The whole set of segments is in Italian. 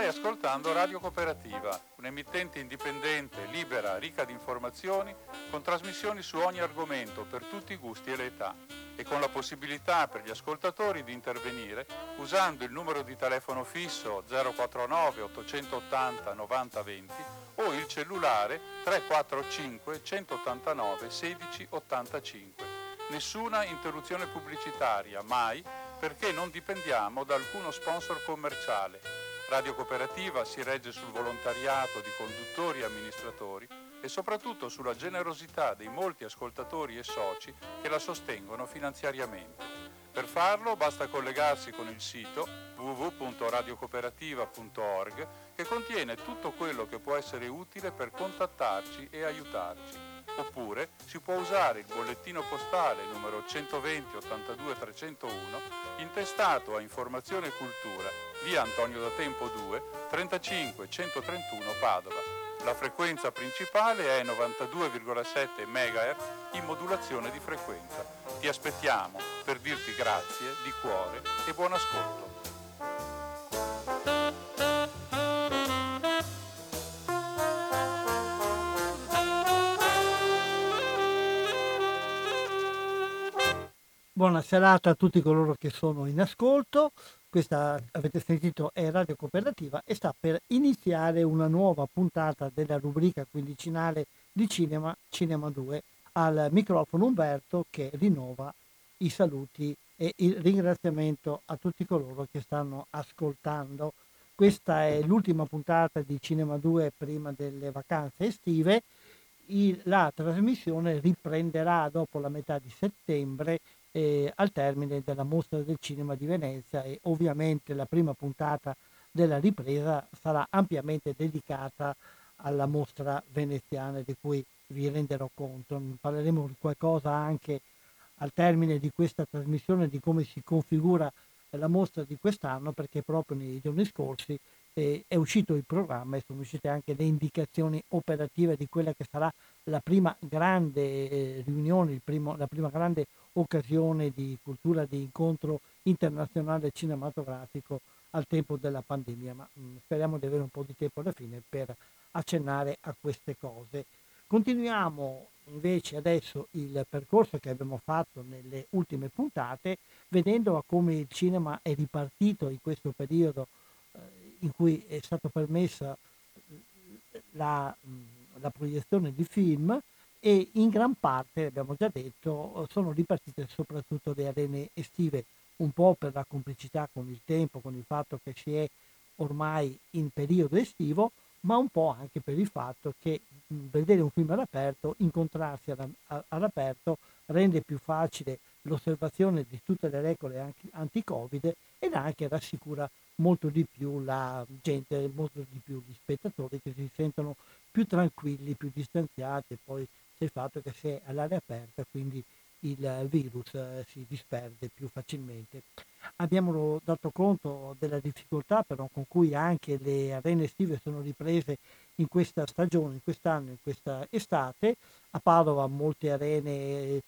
Stai ascoltando Radio Cooperativa, un'emittente indipendente, libera, ricca di informazioni, con trasmissioni su ogni argomento per tutti i gusti e le età, e con la possibilità per gli ascoltatori di intervenire usando il numero di telefono fisso 049 880 90 20 o il cellulare 345 189 16 85. Nessuna interruzione pubblicitaria, mai, perché non dipendiamo da alcuno sponsor commerciale. Radio Cooperativa si regge sul volontariato di conduttori e amministratori e soprattutto sulla generosità dei molti ascoltatori e soci che la sostengono finanziariamente. Per farlo basta collegarsi con il sito www.radiocooperativa.org, che contiene tutto quello che può essere utile per contattarci e aiutarci. Oppure si può usare il bollettino postale numero 120 82 301 intestato a Informazione e Cultura, via Antonio da Tempo 2, 35 131 Padova. La frequenza principale è 92,7 MHz in modulazione di frequenza. Ti aspettiamo per dirti grazie di cuore e buon ascolto. Buona serata a tutti coloro che sono in ascolto. Questa, avete sentito, è Radio Cooperativa e sta per iniziare una nuova puntata della rubrica quindicinale di Cinema 2. Al microfono Umberto, che rinnova i saluti e il ringraziamento a tutti coloro che stanno ascoltando. Questa è l'ultima puntata di Cinema 2 prima delle vacanze estive. La trasmissione riprenderà dopo la metà di settembre, al termine della Mostra del Cinema di Venezia, e ovviamente la prima puntata della ripresa sarà ampiamente dedicata alla mostra veneziana, di cui vi renderò conto. Parleremo di qualcosa anche al termine di questa trasmissione di come si configura la mostra di quest'anno, perché proprio nei giorni scorsi è uscito il programma e sono uscite anche le indicazioni operative di quella che sarà la prima grande riunione, la prima grande occasione di cultura, di incontro internazionale cinematografico al tempo della pandemia, ma speriamo di avere un po' di tempo alla fine per accennare a queste cose. Continuiamo invece adesso il percorso che abbiamo fatto nelle ultime puntate, vedendo come il cinema è ripartito in questo periodo in cui è stata permessa la proiezione di film, e in gran parte, abbiamo già detto, sono ripartite soprattutto le arene estive, un po' per la complicità con il tempo, con il fatto che si è ormai in periodo estivo, ma un po' anche per il fatto che vedere un film all'aperto, incontrarsi all'aperto, rende più facile l'osservazione di tutte le regole anti-Covid ed anche rassicura molto di più la gente, molto di più gli spettatori, che si sentono più tranquilli, più distanziati. E poi c'è il fatto che se è all'aria aperta, quindi il virus si disperde più facilmente. Abbiamo dato conto della difficoltà però con cui anche le arene estive sono riprese in questa stagione, in quest'anno, in questa estate. A Padova molte arene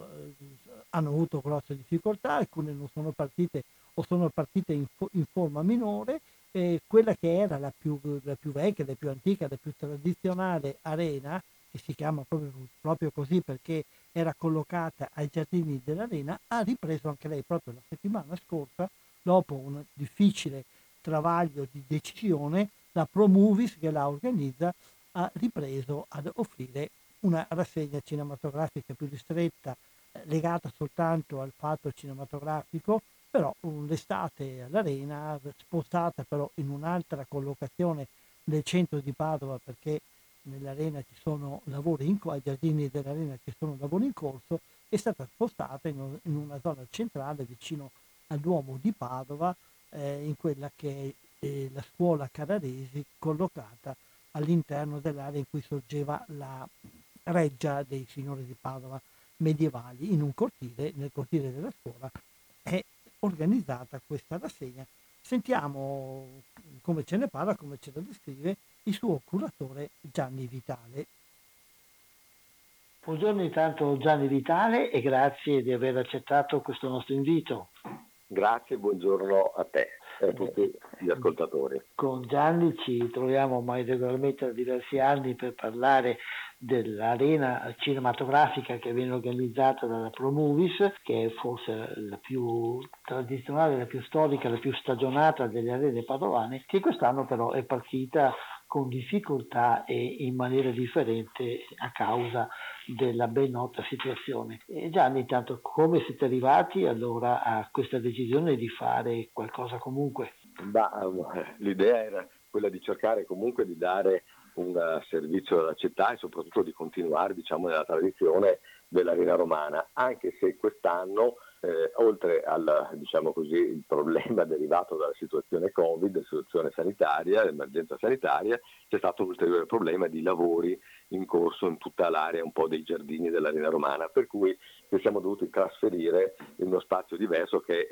hanno avuto grosse difficoltà, alcune non sono partite o sono partite in forma minore. Quella che era la più vecchia, la più antica, la più tradizionale arena, che si chiama proprio così perché era collocata ai giardini dell'arena, ha ripreso anche lei proprio la settimana scorsa, dopo un difficile travaglio di decisione. La Pro Movies, che la organizza, ha ripreso ad offrire una rassegna cinematografica più ristretta, legata soltanto al fatto cinematografico, però l'estate all'arena, spostata però in un'altra collocazione nel centro di Padova, perché nell'arena ci sono lavori ai giardini dell'arena ci sono lavori in corso, è stata spostata in una zona centrale vicino al Duomo di Padova, in quella che è la scuola Carraresi, collocata all'interno dell'area in cui sorgeva la reggia dei signori di Padova medievali. In un cortile, nel cortile della scuola, è organizzata questa rassegna. Sentiamo come ce ne parla, come ce la descrive il suo curatore Gianni Vitale. Buongiorno intanto Gianni Vitale e grazie di aver accettato questo nostro invito. Grazie, buongiorno a te. e a tutti gli ascoltatori. Con Gianni ci troviamo ormai regolarmente da diversi anni per parlare dell'arena cinematografica che viene organizzata dalla ProMovies, che è forse la più tradizionale, la più storica, la più stagionata delle arene padovane, che quest'anno però è partita con difficoltà e in maniera differente a causa della ben nota situazione. E Gianni, intanto, come siete arrivati allora a questa decisione di fare qualcosa comunque? L'idea era quella di cercare comunque di dare un servizio alla città e soprattutto di continuare, diciamo, nella tradizione dell'arena romana, anche se quest'anno oltre al, diciamo così, il problema derivato dalla situazione Covid, situazione sanitaria, l'emergenza sanitaria, c'è stato un ulteriore problema di lavori in corso in tutta l'area un po' dei giardini dell'arena romana, per cui ci siamo dovuti trasferire in uno spazio diverso che è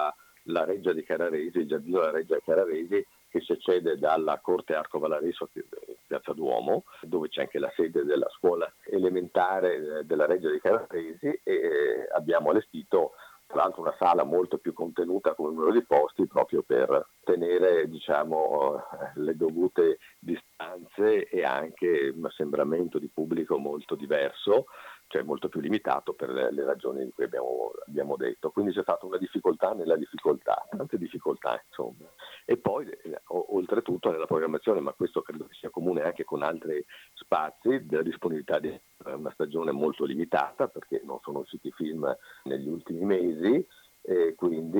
la Reggia di Carraresi, il giardino della Reggia di Carraresi, che si accede dalla Corte Arco Valareso, Piazza Duomo, dove c'è anche la sede della scuola elementare della Reggia di Carraresi, e abbiamo allestito tra l'altro una sala molto più contenuta come numero di posti, proprio per tenere, diciamo, le dovute distanze e anche un assembramento di pubblico molto diverso, cioè molto più limitato per le ragioni di cui abbiamo detto. Quindi c'è stata una difficoltà nella difficoltà, tante difficoltà insomma. E poi oltretutto nella programmazione, ma questo credo che sia comune anche con altri spazi, della disponibilità di una stagione molto limitata, perché non sono usciti film negli ultimi mesi, e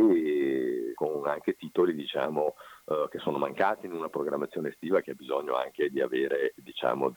quindi con anche titoli, diciamo, che sono mancati in una programmazione estiva che ha bisogno anche di avere, diciamo,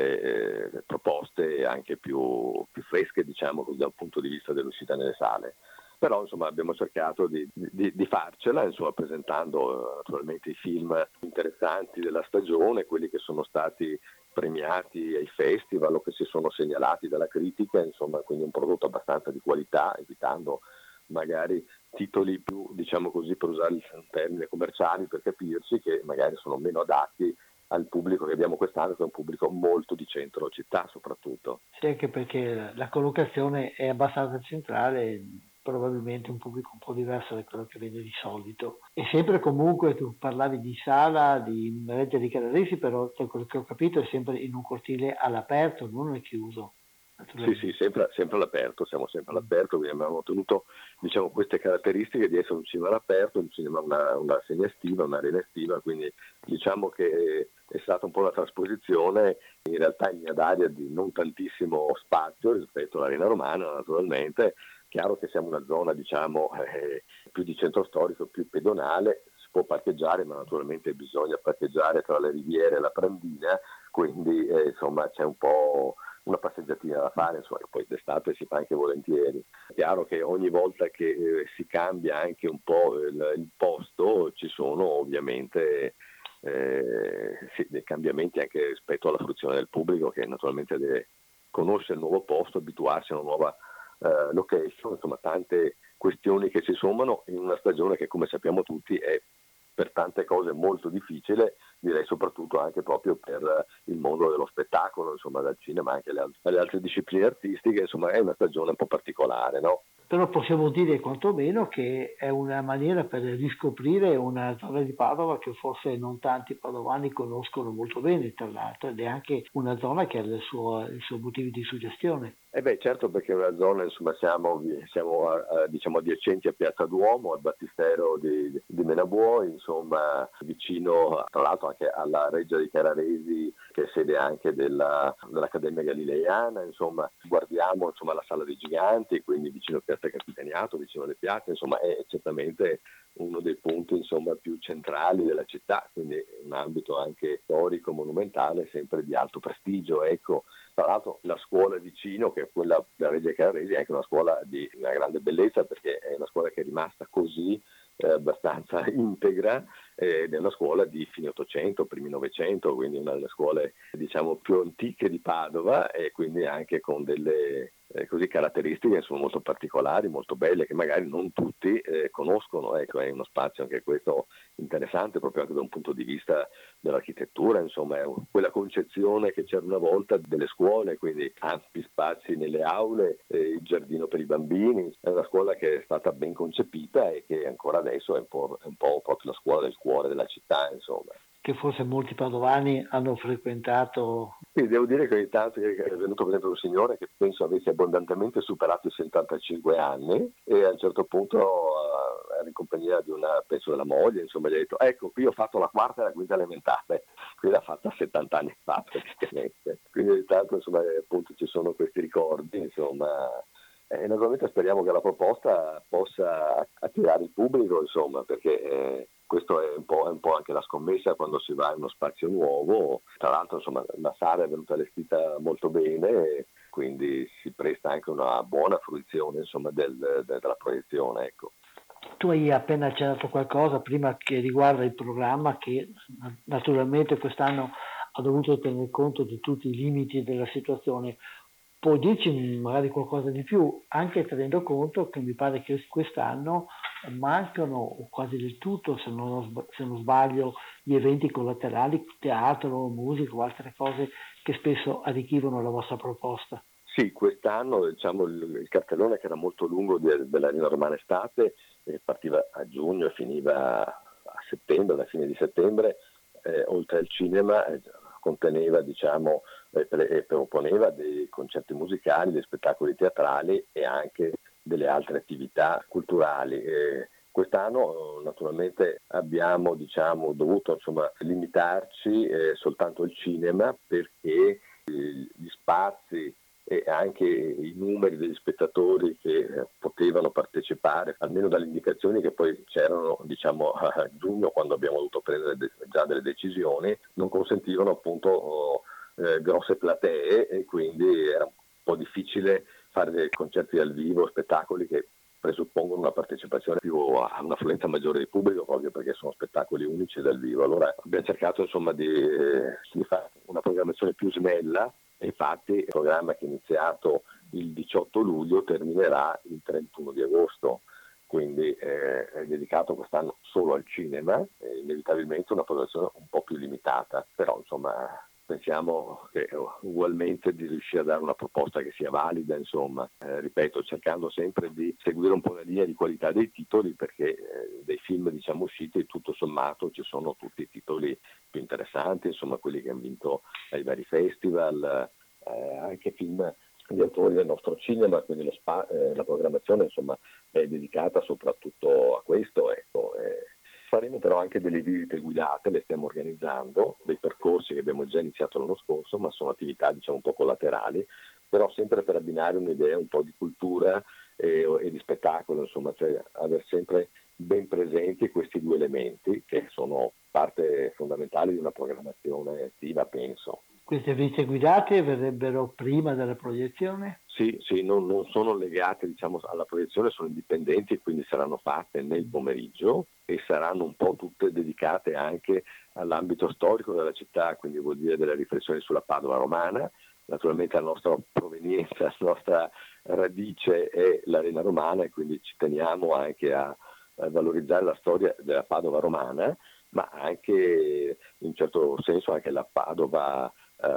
delle proposte anche più fresche, diciamo così, dal punto di vista dell'uscita nelle sale. Però insomma abbiamo cercato di farcela, insomma, presentando naturalmente i film interessanti della stagione, quelli che sono stati premiati ai festival o che si sono segnalati dalla critica, insomma, quindi un prodotto abbastanza di qualità, evitando magari titoli più, diciamo così, per usare il termine commerciali, per capirci, che magari sono meno adatti al pubblico che abbiamo quest'anno, che è un pubblico molto di centro città soprattutto. Sì, anche perché la collocazione è abbastanza centrale, probabilmente un pubblico un po' diverso da quello che vede di solito. E sempre comunque tu parlavi di sala, di Reggia di Carraresi, però quello che ho capito è sempre in un cortile all'aperto, non è chiuso. Sì, sempre all'aperto, siamo sempre all'aperto, quindi abbiamo ottenuto, diciamo, queste caratteristiche di essere un cinema all'aperto, un cinema, una segna estiva, un'arena estiva, quindi diciamo che è stata un po' la trasposizione in realtà in linea d'aria di non tantissimo spazio rispetto all'arena romana, naturalmente. Chiaro che siamo una zona, diciamo, più di centro storico, più pedonale, si può parcheggiare, ma naturalmente bisogna parcheggiare tra le riviere e la Prandina, quindi insomma c'è un po' una passeggiatina da fare, insomma, poi d'estate si fa anche volentieri. È chiaro che ogni volta che si cambia anche un po' il posto ci sono ovviamente dei cambiamenti anche rispetto alla fruizione del pubblico, che naturalmente deve conoscere il nuovo posto, abituarsi a una nuova location, insomma tante questioni che si sommano in una stagione che, come sappiamo tutti, è per tante cose molto difficile, direi soprattutto anche proprio per il mondo dello spettacolo, insomma dal cinema anche alle altre discipline artistiche, insomma è una stagione un po' particolare, no? Però possiamo dire quantomeno che è una maniera per riscoprire una zona di Padova che forse non tanti padovani conoscono molto bene, tra l'altro, ed è anche una zona che ha i suoi motivi di suggestione. Certo, perché è una zona, insomma, siamo diciamo adiacenti a Piazza Duomo, al battistero di Menabuoi, insomma, vicino tra l'altro anche alla Reggia di Carraresi, che è sede anche dell'Accademia Galileiana, insomma, guardiamo, insomma, la Sala dei Giganti, quindi vicino a Piazza Capitaniato, vicino alle piazze, insomma, è certamente uno dei punti, insomma, più centrali della città, quindi un ambito anche storico, monumentale, sempre di alto prestigio, ecco. Tra l'altro la scuola vicino, che è quella della Reggia Carraresi, è anche una scuola di una grande bellezza, perché è una scuola che è rimasta così abbastanza integra, ed è una scuola di fine 800, primi 900, quindi una delle scuole diciamo più antiche di Padova e quindi anche con delle così caratteristiche che sono molto particolari, molto belle, che magari non tutti conoscono. Ecco, è uno spazio anche questo interessante proprio anche da un punto di vista dell'architettura, insomma è quella concezione che c'era una volta delle scuole, quindi ampi spazi nelle aule, il giardino per i bambini. È una scuola che è stata ben concepita e che ancora adesso è un po' proprio la scuola del cuore della città, insomma. Che forse molti padovani hanno frequentato. Sì, devo dire che ogni tanto è venuto per esempio un signore che penso avesse abbondantemente superato i 75 anni e a un certo punto era in compagnia di penso della moglie, insomma gli ha detto ecco qui ho fatto la quarta e la quinta elementare, qui l'ha fatta 70 anni fa praticamente. Quindi ogni tanto insomma appunto ci sono questi ricordi, insomma. E naturalmente speriamo che la proposta possa attirare il pubblico, insomma, perché questo è un po' anche la scommessa quando si va in uno spazio nuovo. Tra l'altro, insomma, la sala è venuta allestita molto bene, quindi si presta anche una buona fruizione, insomma, della proiezione, ecco. Tu hai appena accennato qualcosa prima che riguarda il programma che naturalmente quest'anno ha dovuto tenere conto di tutti i limiti della situazione. Puoi dirci magari qualcosa di più, anche tenendo conto che mi pare che quest'anno mancano quasi del tutto, se non sbaglio, gli eventi collaterali, teatro, musica o altre cose che spesso arricchivano la vostra proposta. Sì, quest'anno diciamo, il cartellone che era molto lungo dell'Arena Romana Estate, partiva a giugno e finiva a settembre, alla fine di settembre, oltre al cinema conteneva diciamo e proponeva dei concerti musicali, dei spettacoli teatrali e anche delle altre attività culturali. Quest'anno naturalmente abbiamo dovuto limitarci soltanto al cinema perché gli spazi e anche i numeri degli spettatori che potevano partecipare, almeno dalle indicazioni che poi c'erano a giugno quando abbiamo dovuto prendere già delle decisioni, non consentivano appunto grosse platee e quindi era un po' difficile fare dei concerti dal vivo, spettacoli che presuppongono una partecipazione più a un'affluenza maggiore di pubblico proprio perché sono spettacoli unici dal vivo. Allora abbiamo cercato di fare una programmazione più snella e infatti il programma che è iniziato il 18 luglio terminerà il 31 di agosto. Quindi è dedicato quest'anno solo al cinema, inevitabilmente una programmazione un po' più limitata, però insomma pensiamo che ugualmente di riuscire a dare una proposta che sia valida, insomma, ripeto, cercando sempre di seguire un po' la linea di qualità dei titoli perché dei film usciti tutto sommato ci sono tutti i titoli più interessanti, insomma quelli che hanno vinto ai vari festival, anche film di autori del nostro cinema, quindi la programmazione insomma è dedicata soprattutto a questo, ecco. Faremo però anche delle visite guidate, le stiamo organizzando, dei percorsi che abbiamo già iniziato l'anno scorso, ma sono attività un po' collaterali, però sempre per abbinare un'idea un po' di cultura e di spettacolo, insomma, cioè aver sempre ben presenti questi due elementi che sono parte fondamentale di una programmazione estiva, penso. Queste visite guidate verrebbero prima della proiezione? Sì, non sono legate alla proiezione, sono indipendenti e quindi saranno fatte nel pomeriggio e saranno un po' tutte dedicate anche all'ambito storico della città, quindi vuol dire delle riflessioni sulla Padova romana. Naturalmente la nostra provenienza, la nostra radice è l'Arena Romana e quindi ci teniamo anche a valorizzare la storia della Padova romana, ma anche in un certo senso anche la Padova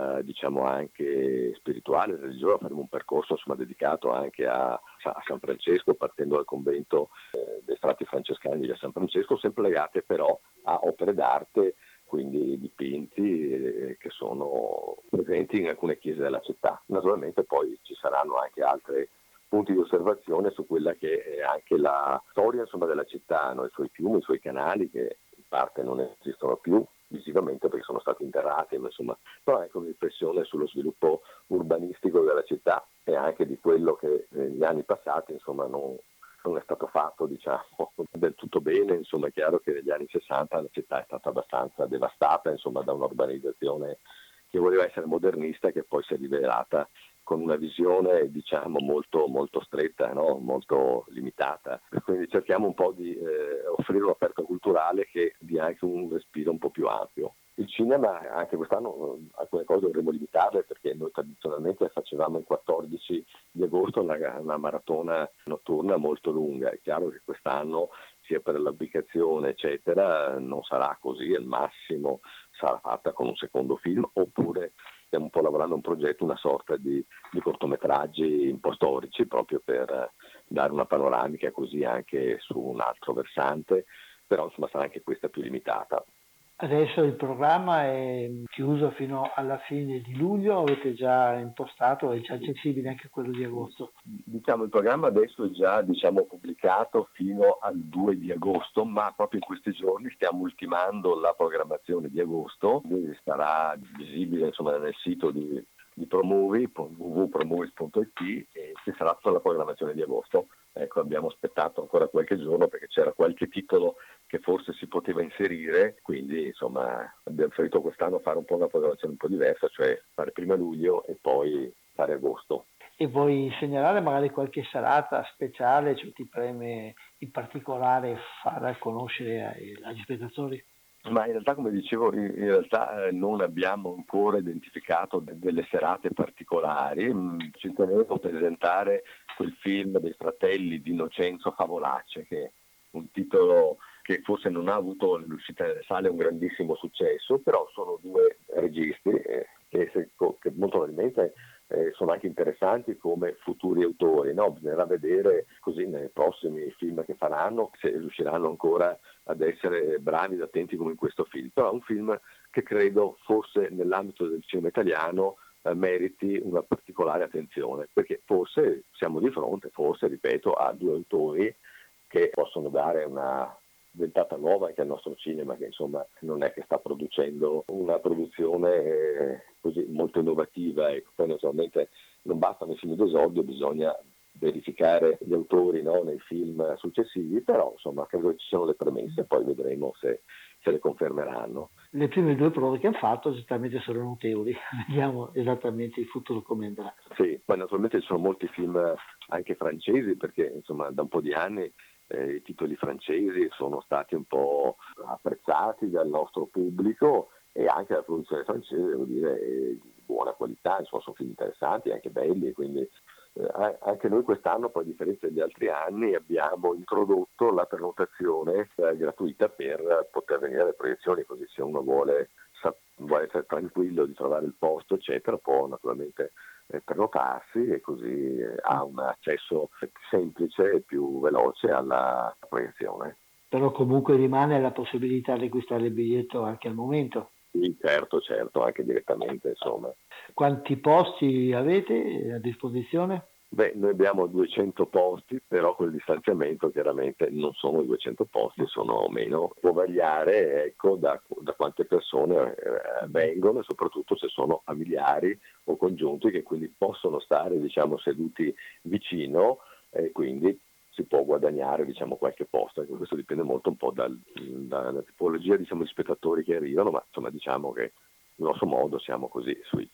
anche spirituale, religiosa. Faremo un percorso dedicato anche a San Francesco, partendo dal convento dei frati francescani di San Francesco, sempre legate però a opere d'arte, quindi dipinti che sono presenti in alcune chiese della città. Naturalmente poi ci saranno anche altri punti di osservazione su quella che è anche la storia della città, no? I suoi fiumi, i suoi canali che in parte non esistono più visivamente perché sono stati interrati, ma però anche una riflessione sullo sviluppo urbanistico della città e anche di quello che negli anni passati non è stato fatto del tutto bene. È chiaro che negli anni 60 la città è stata abbastanza devastata da un'urbanizzazione che voleva essere modernista e che poi si è rivelata con una visione diciamo molto, molto stretta, no? Molto limitata. Quindi cerchiamo un po' di offrire un'offerta culturale che dia anche un respiro un po' più ampio. Il cinema, anche quest'anno alcune cose dovremo limitarle, perché noi tradizionalmente facevamo il 14 di agosto una maratona notturna molto lunga. È chiaro che quest'anno, sia per l'applicazione eccetera, non sarà così, al massimo sarà fatta con un secondo film, oppure stiamo un po' lavorando a un progetto, una sorta di cortometraggi un po' storici, proprio per dare una panoramica così anche su un altro versante, però insomma sarà anche questa più limitata. Adesso il programma è chiuso fino alla fine di luglio, avete già impostato, è già accessibile anche quello di agosto? Diciamo il programma adesso è già pubblicato fino al 2 di agosto, ma proprio in questi giorni stiamo ultimando la programmazione di agosto, quindi sarà visibile insomma nel sito di Promovi, www.promovis.it, e ci sarà tutta la programmazione di agosto. Ecco, abbiamo aspettato ancora qualche giorno perché c'era qualche titolo che forse si poteva inserire, quindi insomma abbiamo preferito quest'anno fare un po' una programmazione un po' diversa, cioè fare prima luglio e poi fare agosto. E vuoi segnalare magari qualche serata speciale, cioè ti preme in particolare far conoscere agli spettatori? Ma in realtà, come dicevo, in realtà non abbiamo ancora identificato delle serate particolari. Ci tenevo a presentare quel film dei fratelli di Innocenzo Favolacce, che è un titolo che forse non ha avuto l'uscita nelle sale un grandissimo successo, però sono due registi che molto probabilmente sono anche interessanti come futuri autori, no? Bisognerà vedere così nei prossimi film che faranno se riusciranno ancora ad essere bravi ed attenti come in questo film. Però è un film che credo forse nell'ambito del cinema italiano meriti una particolare attenzione, perché forse siamo di fronte, ripeto, a due autori che possono dare una ventata nuova anche al nostro cinema, che insomma non è che sta producendo una produzione così molto innovativa, e poi naturalmente non bastano i film d'esordio, bisogna verificare gli autori, no, nei film successivi, però insomma credo che ci siano le premesse, poi vedremo se le confermeranno. Le prime due prove che hanno fatto certamente sono notevoli, vediamo esattamente il futuro come andrà. Sì, poi naturalmente ci sono molti film anche francesi, perché insomma da un po' di anni i titoli francesi sono stati un po' apprezzati dal nostro pubblico, e anche la produzione francese, devo dire, è di buona qualità, insomma, sono film interessanti, anche belli, quindi anche noi quest'anno, poi a differenza degli altri anni, abbiamo introdotto la prenotazione gratuita per poter venire alle proiezioni, così se uno vuole essere tranquillo di trovare il posto eccetera, può naturalmente prenotarsi, e così ha un accesso più semplice e più veloce alla proiezione. Però comunque rimane la possibilità di acquistare il biglietto anche al momento. Sì, certo, anche direttamente, insomma. Quanti posti avete a disposizione? Beh, noi abbiamo 200 posti, però col distanziamento chiaramente non sono 200 posti, sono meno. Può variare, ecco, da quante persone vengono, e soprattutto se sono familiari o congiunti, che quindi possono stare, diciamo, seduti vicino, e quindi si può guadagnare, diciamo, qualche posto. Ecco, questo dipende molto un po' dalla tipologia, diciamo, di spettatori che arrivano, ma insomma diciamo che grosso modo siamo così sui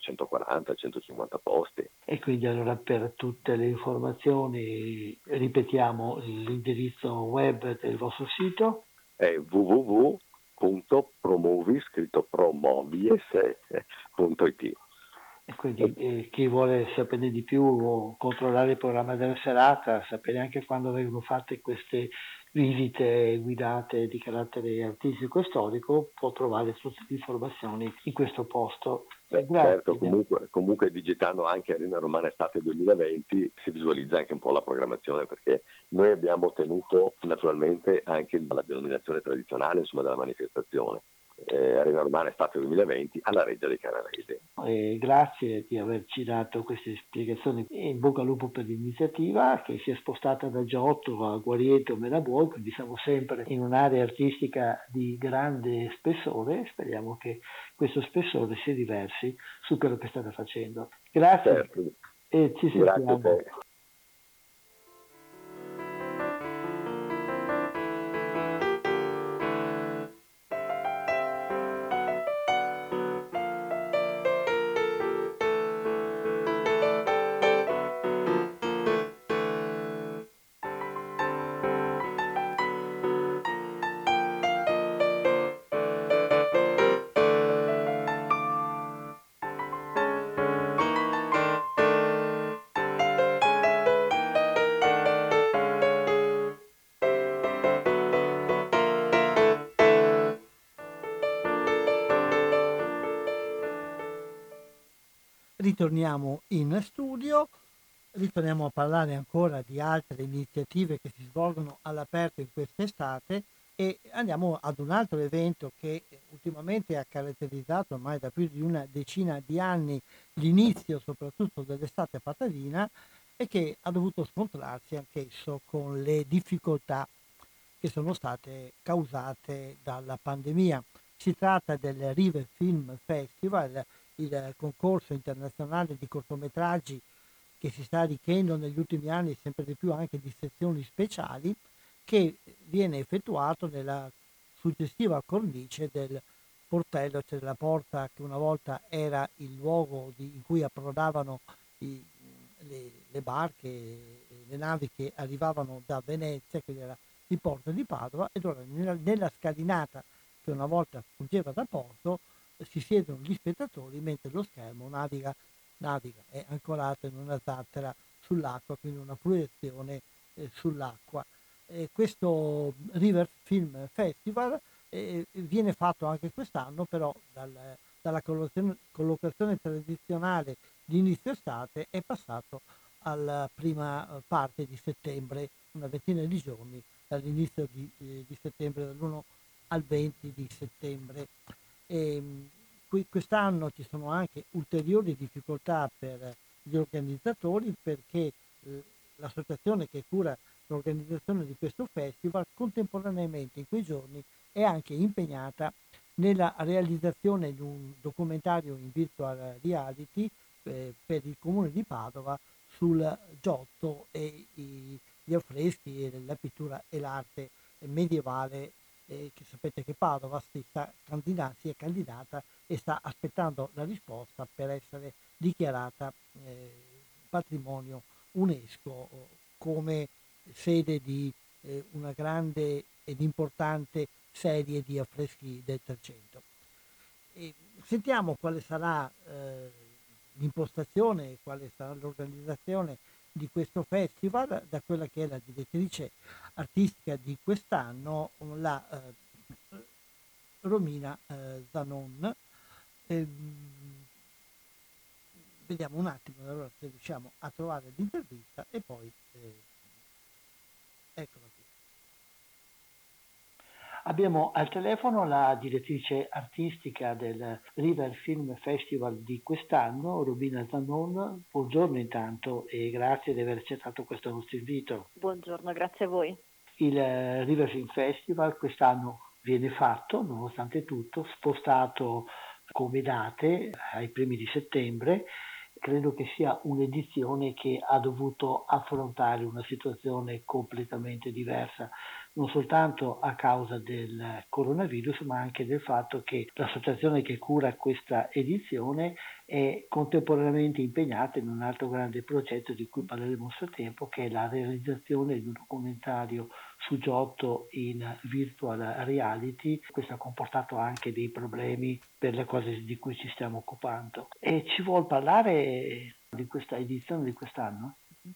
140-150 posti. E quindi allora per tutte le informazioni ripetiamo l'indirizzo web del vostro sito. È www.promovis, scritto promovies.it. E quindi chi vuole saperne di più o controllare il programma della serata, sapere anche quando vengono fatte queste visite guidate di carattere artistico e storico, può trovare tutte le informazioni in questo posto. Certo, comunque digitando anche Arena Romana Estate 2020 si visualizza anche un po' la programmazione, perché noi abbiamo ottenuto naturalmente anche la denominazione tradizionale, insomma, della manifestazione. Arena Romana Estate 2020 alla Reggia dei Canaresi. Grazie di averci dato queste spiegazioni, e in bocca al lupo per l'iniziativa che si è spostata da Giotto a Guarieto Menabuoi, quindi siamo sempre in un'area artistica di grande spessore. Speriamo che questo spessore si riversi su quello che state facendo. Grazie, certo. E ci sentiamo. Grazie a te. ritorniamo in studio, ritorniamo a parlare ancora di altre iniziative che si svolgono all'aperto in quest'estate e andiamo ad un altro evento che ultimamente ha caratterizzato ormai da più di una decina di anni l'inizio soprattutto dell'estate patagina e che ha dovuto scontrarsi anch'esso con le difficoltà che sono state causate dalla pandemia. Si tratta del River Film Festival, il concorso internazionale di cortometraggi che si sta arricchendo negli ultimi anni sempre di più anche di sezioni speciali, che viene effettuato nella suggestiva cornice del portello, cioè della porta che una volta era il luogo in cui approdavano le barche, le navi che arrivavano da Venezia, che era il porto di Padova, ed ora nella scalinata che una volta fuggeva da porto si siedono gli spettatori mentre lo schermo naviga, è ancorato in una zattera sull'acqua, quindi una proiezione sull'acqua. Questo River Film Festival viene fatto anche quest'anno, però dalla collocazione tradizionale di inizio estate è passato alla prima parte di settembre, una ventina di giorni dall'inizio di settembre, dall'1 al 20 di settembre. Quest'anno ci sono anche ulteriori difficoltà per gli organizzatori perché l'associazione che cura l'organizzazione di questo festival contemporaneamente in quei giorni è anche impegnata nella realizzazione di un documentario in virtual reality per il comune di Padova sul Giotto e gli affreschi e la pittura e l'arte medievale, che sapete che Padova si è candidata e sta aspettando la risposta per essere dichiarata patrimonio UNESCO come sede di una grande ed importante serie di affreschi del Trecento. Sentiamo quale sarà l'impostazione, quale sarà l'organizzazione di questo festival da quella che è la direttrice artistica di quest'anno, la Romina Zanon. Vediamo un attimo allora se riusciamo a trovare l'intervista e poi eccola qui. Abbiamo al telefono la direttrice artistica del River Film Festival di quest'anno, Romina Zanon. Buongiorno intanto e grazie di aver accettato questo nostro invito. Buongiorno, grazie a voi. Il River Film Festival quest'anno viene fatto, nonostante tutto, spostato come date ai primi di settembre. Credo che sia un'edizione che ha dovuto affrontare una situazione completamente diversa, non soltanto a causa del coronavirus, ma anche del fatto che l'associazione che cura questa edizione è contemporaneamente impegnata in un altro grande progetto di cui parleremo a suo tempo, che è la realizzazione di un documentario su Giotto in virtual reality. Questo ha comportato anche dei problemi per le cose di cui ci stiamo occupando. E ci vuol parlare di questa edizione di quest'anno?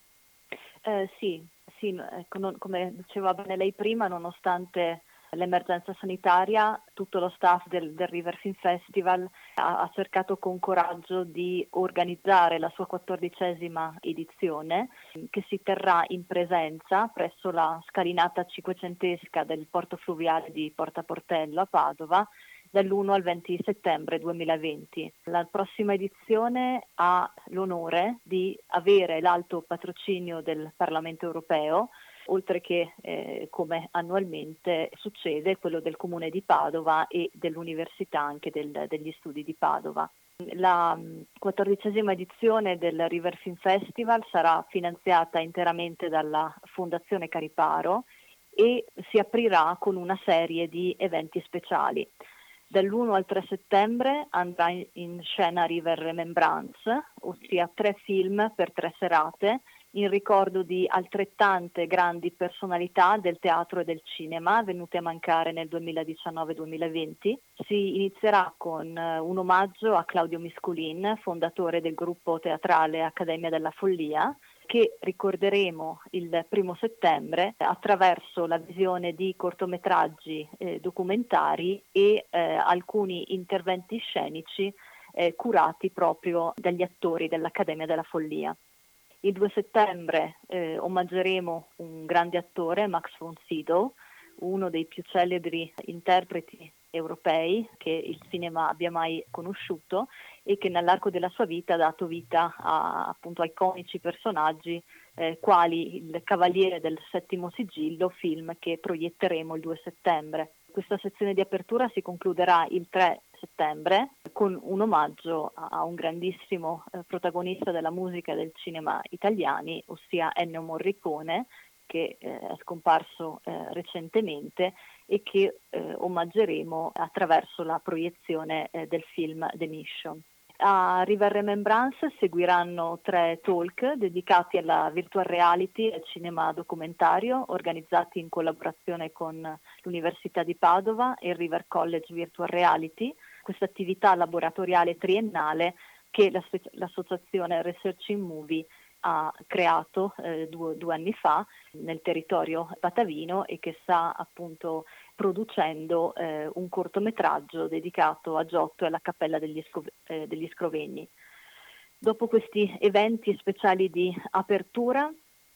Sì, come diceva bene lei prima, nonostante l'emergenza sanitaria, tutto lo staff del River Film Festival ha cercato con coraggio di organizzare la sua 14ª edizione, che si terrà in presenza presso la scalinata cinquecentesca del porto fluviale di Porta Portello a Padova, dall'1 al 20 settembre 2020. La prossima edizione ha l'onore di avere l'alto patrocinio del Parlamento europeo, oltre che, come annualmente succede, quello del Comune di Padova e dell'Università anche degli Studi di Padova. La 14ª edizione del River Film Festival sarà finanziata interamente dalla Fondazione Cariparo e si aprirà con una serie di eventi speciali. Dall'1 al 3 settembre andrà in scena River Remembrance, ossia 3 film per 3 serate, in ricordo di altrettante grandi personalità del teatro e del cinema venute a mancare nel 2019-2020. Si inizierà con un omaggio a Claudio Misculin, fondatore del gruppo teatrale Accademia della Follia, che ricorderemo il 1 settembre attraverso la visione di cortometraggi documentari e alcuni interventi scenici curati proprio dagli attori dell'Accademia della Follia. Il 2 settembre omaggeremo un grande attore, Max von Sydow, uno dei più celebri interpreti europei che il cinema abbia mai conosciuto e che nell'arco della sua vita ha dato vita appunto a iconici personaggi quali il Cavaliere del Settimo Sigillo, film che proietteremo il 2 settembre. Questa sezione di apertura si concluderà il 3 settembre con un omaggio a un grandissimo protagonista della musica e del cinema italiani, ossia Ennio Morricone, che è scomparso recentemente e che omaggeremo attraverso la proiezione del film The Mission. A River Remembrance seguiranno 3 talk dedicati alla virtual reality e al cinema documentario, organizzati in collaborazione con l'Università di Padova e il River College Virtual Reality, questa attività laboratoriale triennale che l'associazione Research in Movie ha creato 2 anni fa nel territorio patavino e che sta appunto producendo un cortometraggio dedicato a Giotto e alla Cappella degli Scrovegni. Dopo questi eventi speciali di apertura,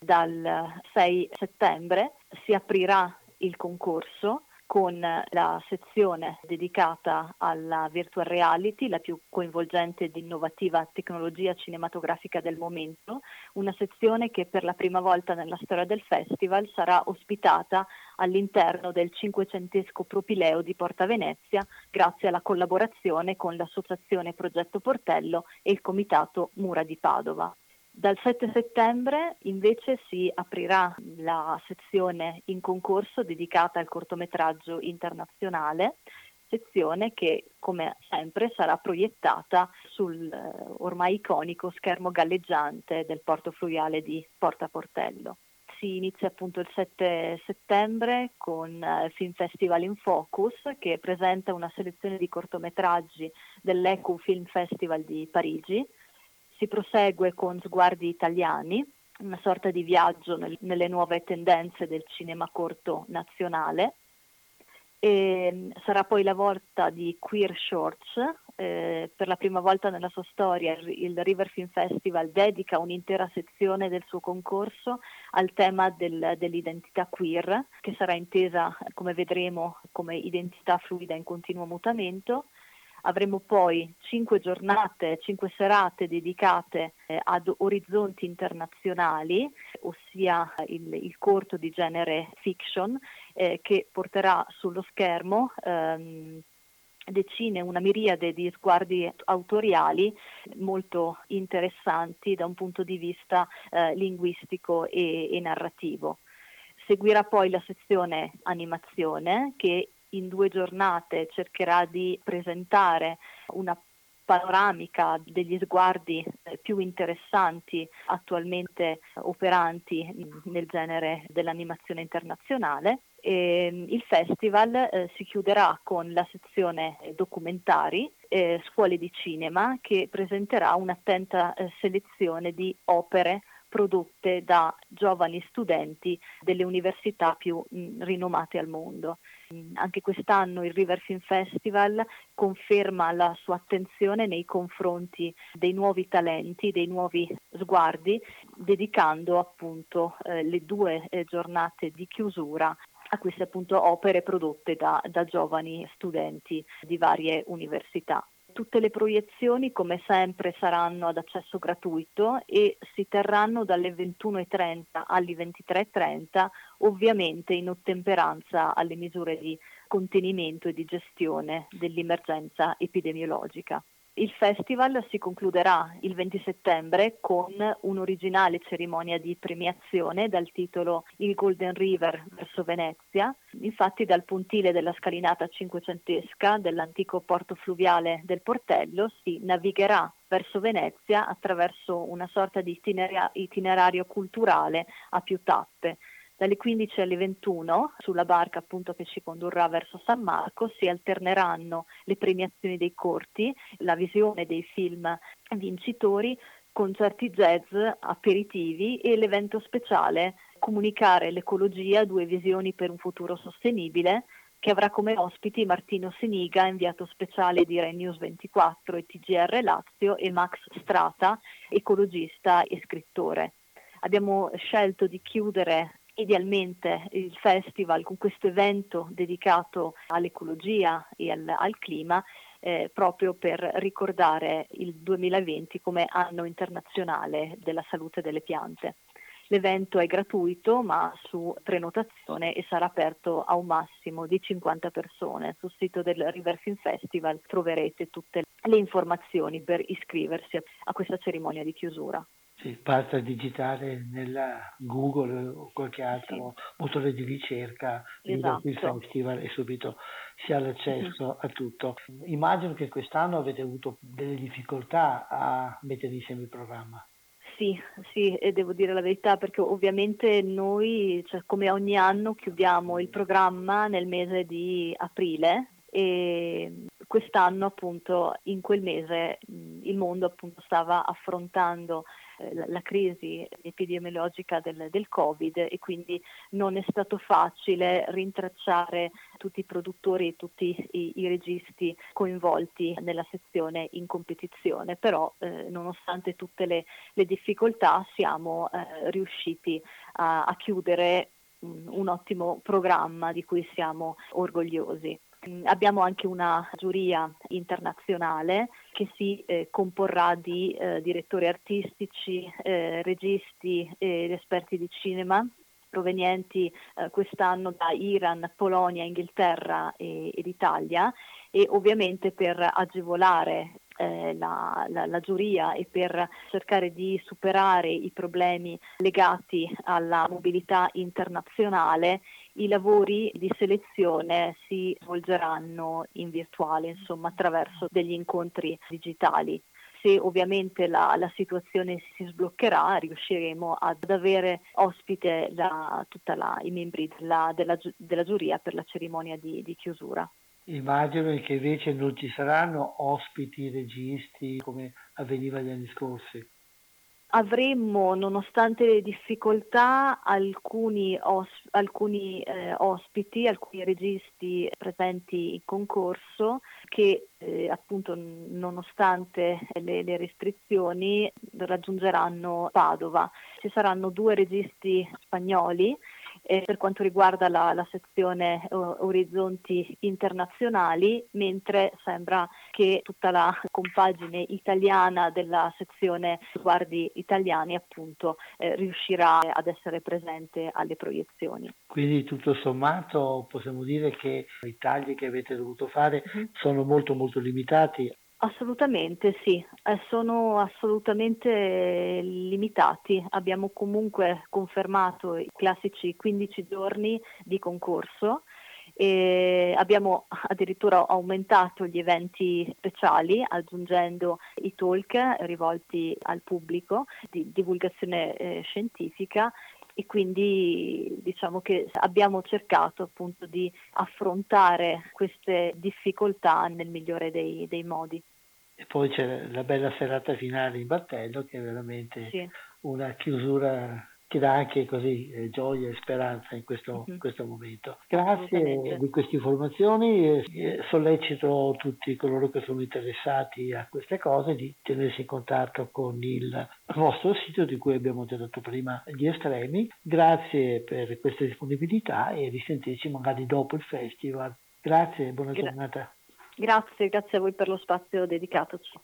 dal 6 settembre si aprirà il concorso con la sezione dedicata alla virtual reality, la più coinvolgente ed innovativa tecnologia cinematografica del momento, una sezione che per la prima volta nella storia del festival sarà ospitata all'interno del 500° Propileo di Porta Venezia, grazie alla collaborazione con l'Associazione Progetto Portello e il Comitato Mura di Padova. Dal 7 settembre invece si aprirà la sezione in concorso dedicata al cortometraggio internazionale, sezione che come sempre sarà proiettata sul ormai iconico schermo galleggiante del porto fluviale di Porta Portello. Si inizia appunto il 7 settembre con il Film Festival in Focus, che presenta una selezione di cortometraggi dell'Eco Film Festival di Parigi. Si prosegue con Sguardi Italiani, una sorta di viaggio nelle nuove tendenze del cinema corto nazionale. E sarà poi la volta di Queer Shorts. Per la prima volta nella sua storia il River Film Festival dedica un'intera sezione del suo concorso al tema dell'identità queer, che sarà intesa, come vedremo, come identità fluida in continuo mutamento. Avremo poi 5 serate dedicate ad orizzonti internazionali, ossia il corto di genere fiction, che porterà sullo schermo una miriade di sguardi autoriali molto interessanti da un punto di vista linguistico e narrativo. Seguirà poi la sezione animazione, che in 2 giornate cercherà di presentare una panoramica degli sguardi più interessanti attualmente operanti nel genere dell'animazione internazionale. Il festival si chiuderà con la sezione documentari, scuole di cinema, che presenterà un'attenta selezione di opere prodotte da giovani studenti delle università più rinomate al mondo. Anche quest'anno il River Film Festival conferma la sua attenzione nei confronti dei nuovi talenti, dei nuovi sguardi, dedicando appunto le 2 giornate di chiusura a queste appunto opere prodotte da giovani studenti di varie università. Tutte le proiezioni, come sempre, saranno ad accesso gratuito e si terranno dalle 21:30 alle 23:30, ovviamente in ottemperanza alle misure di contenimento e di gestione dell'emergenza epidemiologica. Il festival si concluderà il 20 settembre con un'originale cerimonia di premiazione dal titolo Il Golden River verso Venezia. Infatti dal pontile della scalinata cinquecentesca dell'antico porto fluviale del Portello si navigherà verso Venezia attraverso una sorta di itinerario culturale a più tappe. Dalle 15 alle 21, sulla barca appunto che ci condurrà verso San Marco, si alterneranno le premiazioni dei corti, la visione dei film vincitori, concerti jazz, aperitivi e l'evento speciale Comunicare l'ecologia, 2 visioni per un futuro sostenibile, che avrà come ospiti Martino Seniga, inviato speciale di Rai News 24 e TGR Lazio, e Max Strata, ecologista e scrittore. Abbiamo scelto di chiudere idealmente il festival con questo evento dedicato all'ecologia e al clima, proprio per ricordare il 2020 come anno internazionale della salute delle piante. L'evento è gratuito ma su prenotazione e sarà aperto a un massimo di 50 persone. Sul sito del Riverfin Festival troverete tutte le informazioni per iscriversi a questa cerimonia di chiusura. Sì, basta digitare nella Google o qualche altro motore di ricerca Riverfin Festival e subito si ha l'accesso a tutto. Immagino che quest'anno avete avuto delle difficoltà a mettere insieme il programma. Sì, e devo dire la verità, perché ovviamente noi, come ogni anno, chiudiamo il programma nel mese di aprile, e quest'anno appunto in quel mese il mondo appunto stava affrontando la crisi epidemiologica del Covid, e quindi non è stato facile rintracciare tutti i produttori e tutti i registi coinvolti nella sezione in competizione, però nonostante tutte le difficoltà siamo riusciti a chiudere un ottimo programma di cui siamo orgogliosi. Abbiamo anche una giuria internazionale che si comporrà di direttori artistici, registi ed esperti di cinema provenienti quest'anno da Iran, Polonia, Inghilterra ed Italia, e ovviamente per agevolare la giuria e per cercare di superare i problemi legati alla mobilità internazionale, i lavori di selezione si svolgeranno in virtuale, insomma attraverso degli incontri digitali. Se ovviamente la situazione si sbloccherà, riusciremo ad avere ospite i membri della giuria per la cerimonia di chiusura. Immagino che invece non ci saranno ospiti, registi, come avveniva gli anni scorsi. Avremmo, nonostante le difficoltà, alcuni ospiti, alcuni registi presenti in concorso che appunto nonostante le restrizioni raggiungeranno Padova. Ci saranno 2 registi spagnoli. Per quanto riguarda la sezione Orizzonti Internazionali, mentre sembra che tutta la compagine italiana della sezione Sguardi Italiani appunto riuscirà ad essere presente alle proiezioni. Quindi tutto sommato possiamo dire che i tagli che avete dovuto fare sono molto molto limitati. Assolutamente sì, sono assolutamente limitati. Abbiamo comunque confermato i classici 15 giorni di concorso e abbiamo addirittura aumentato gli eventi speciali aggiungendo i talk rivolti al pubblico di divulgazione scientifica, e quindi diciamo che abbiamo cercato appunto di affrontare queste difficoltà nel migliore dei modi. E poi c'è la bella serata finale in battello, che è veramente una chiusura che dà anche così gioia e speranza in questo momento. Grazie di queste informazioni, sollecito tutti coloro che sono interessati a queste cose di tenersi in contatto con il vostro sito, di cui abbiamo già dato prima gli estremi. Grazie per questa disponibilità e risentirci magari dopo il festival. Grazie e buona giornata. Grazie a voi per lo spazio dedicatoci.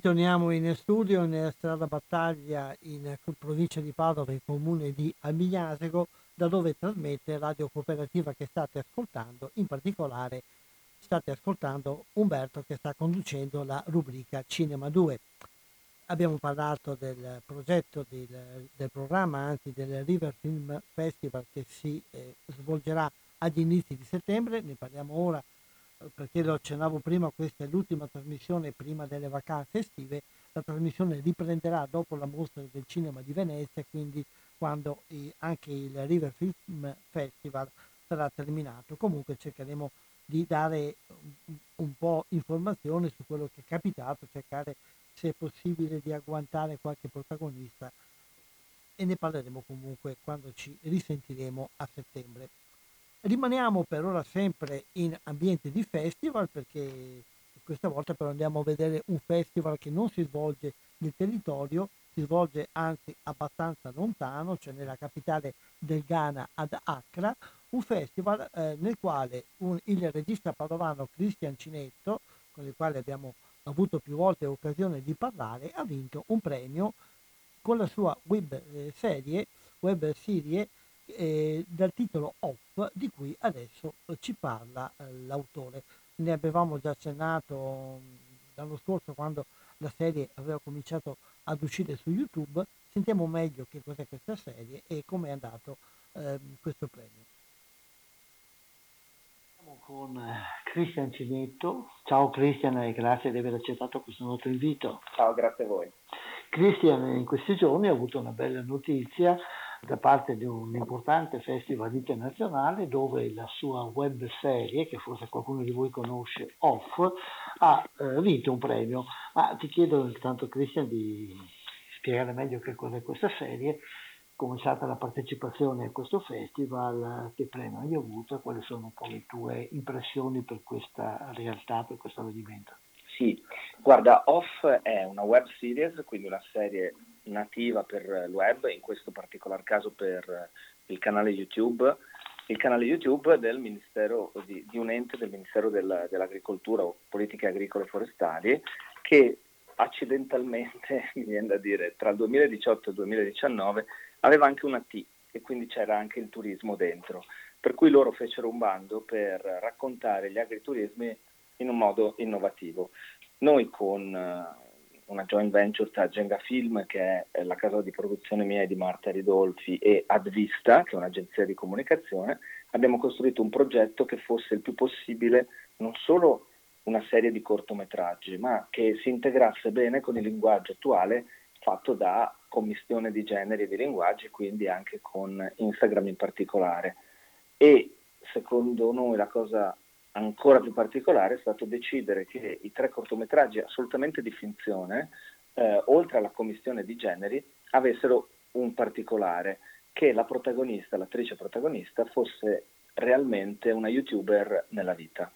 ritorniamo in studio nella strada Battaglia in provincia di Padova, in comune di Albignasego, da dove trasmette Radio Cooperativa che state ascoltando. In particolare state ascoltando Umberto che sta conducendo la rubrica Cinema 2. Abbiamo parlato del progetto del programma, anzi del River Film Festival che si svolgerà agli inizi di settembre. Ne parliamo ora perché lo accennavo prima, questa è l'ultima trasmissione prima delle vacanze estive. La trasmissione riprenderà dopo la mostra del cinema di Venezia, quindi quando anche il River Film Festival sarà terminato. Comunque cercheremo di dare un po' informazione su quello che è capitato, cercare se è possibile di agguantare qualche protagonista, e ne parleremo comunque quando ci risentiremo a settembre. Rimaniamo per ora sempre in ambiente di festival, perché questa volta però andiamo a vedere un festival che non si svolge nel territorio, si svolge anzi abbastanza lontano, cioè nella capitale del Ghana, ad Accra, un festival nel quale il regista padovano Christian Cinetto, con il quale abbiamo avuto più volte occasione di parlare, ha vinto un premio con la sua web serie dal titolo Off, di cui adesso ci parla l'autore. Ne avevamo già accennato l'anno scorso quando la serie aveva cominciato ad uscire su YouTube. Sentiamo meglio che cos'è questa serie e come è andato questo premio. Siamo con Christian Cinetto. Ciao Christian e grazie di aver accettato questo nostro invito. Ciao, grazie a voi. Christian in questi giorni ha avuto una bella notizia da parte di un importante festival internazionale dove la sua web serie, che forse qualcuno di voi conosce, Off, ha vinto un premio. Ma ti chiedo intanto Christian di spiegare meglio che cos'è questa serie, come è stata la partecipazione a questo festival, che premio hai avuto e quali sono un po' le tue impressioni per questa realtà, per questo avvenimento. Sì, guarda, Off è una web series, quindi una serie nativa per il web, in questo particolar caso per il canale YouTube del Ministero di un ente del Ministero dell'Agricoltura o Politiche Agricole e Forestali, che accidentalmente, mi viene da dire, tra il 2018 e il 2019 aveva anche una T e quindi c'era anche il turismo dentro, per cui loro fecero un bando per raccontare gli agriturismi in un modo innovativo. Noi con una joint venture tra Genga Film, che è la casa di produzione mia e di Marta Ridolfi, e Advista, che è un'agenzia di comunicazione, abbiamo costruito un progetto che fosse il più possibile non solo una serie di cortometraggi, ma che si integrasse bene con il linguaggio attuale fatto da commistione di generi e di linguaggi, quindi anche con Instagram in particolare. E secondo noi la cosa ancora più particolare è stato decidere che i 3 cortometraggi assolutamente di finzione, oltre alla commistione di generi, avessero un particolare, che la protagonista, l'attrice protagonista, fosse realmente una YouTuber nella vita.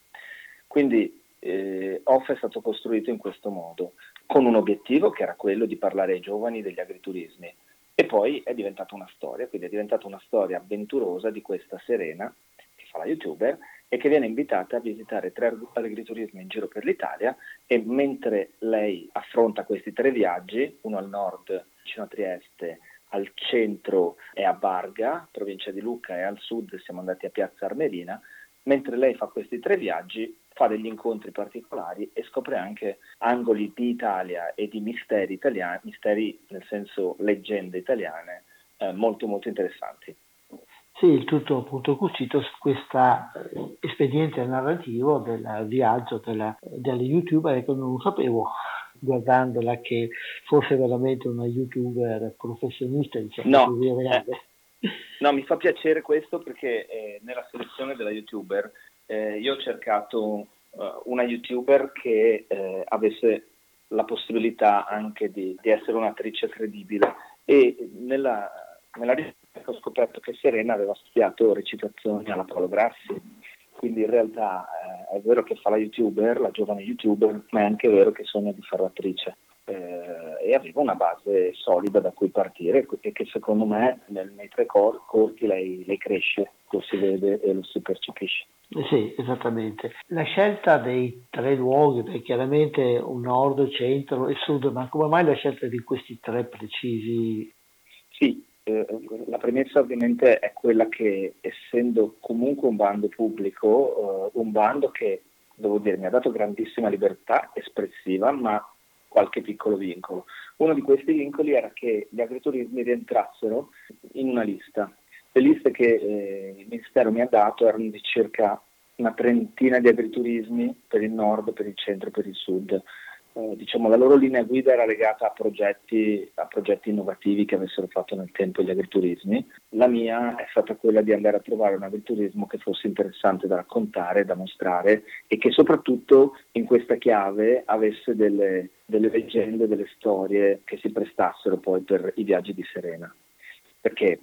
Quindi Off è stato costruito in questo modo, con un obiettivo che era quello di parlare ai giovani degli agriturismi, e poi è diventata una storia, quindi è diventata una storia avventurosa di questa Serena, che fa la YouTuber, e che viene invitata a visitare 3 agriturismi in giro per l'Italia, e mentre lei affronta questi 3 viaggi, uno al nord vicino a Trieste, al centro è a Barga, provincia di Lucca, e al sud siamo andati a Piazza Armerina, mentre lei fa questi 3 viaggi fa degli incontri particolari e scopre anche angoli di Italia e di misteri italiani, misteri nel senso leggende italiane, molto molto interessanti. Sì, il tutto appunto cucito su questa espediente narrativo del viaggio delle YouTuber, che non lo sapevo guardandola che fosse veramente una YouTuber professionista, diciamo così, reale. No, mi fa piacere questo perché nella selezione della YouTuber io ho cercato una YouTuber che avesse la possibilità anche di essere un'attrice credibile, e nella ricerca ho scoperto che Serena aveva studiato recitazione alla Paolo Grassi, quindi in realtà è vero che fa la YouTuber, la giovane YouTuber, ma è anche vero che sogna di fare l'attrice. e aveva una base solida da cui partire e che secondo me nei 3 corti lei cresce, lo si vede e lo si percepisce. Sì, esattamente. La scelta dei 3 luoghi, perché chiaramente un nord, centro e sud, ma come mai la scelta di questi 3 precisi? Sì, la premessa ovviamente è quella che, essendo comunque un bando pubblico, un bando che, devo dire, mi ha dato grandissima libertà espressiva, ma qualche piccolo vincolo. Uno di questi vincoli era che gli agriturismi rientrassero in una lista. Le liste che il Ministero mi ha dato erano di circa una trentina di agriturismi per il nord, per il centro e per il sud. La loro linea guida era legata a progetti innovativi che avessero fatto nel tempo gli agriturismi. La mia è stata quella di andare a trovare un agriturismo che fosse interessante da raccontare, da mostrare e che soprattutto in questa chiave avesse delle leggende, delle storie che si prestassero poi per i viaggi di Serena. Perché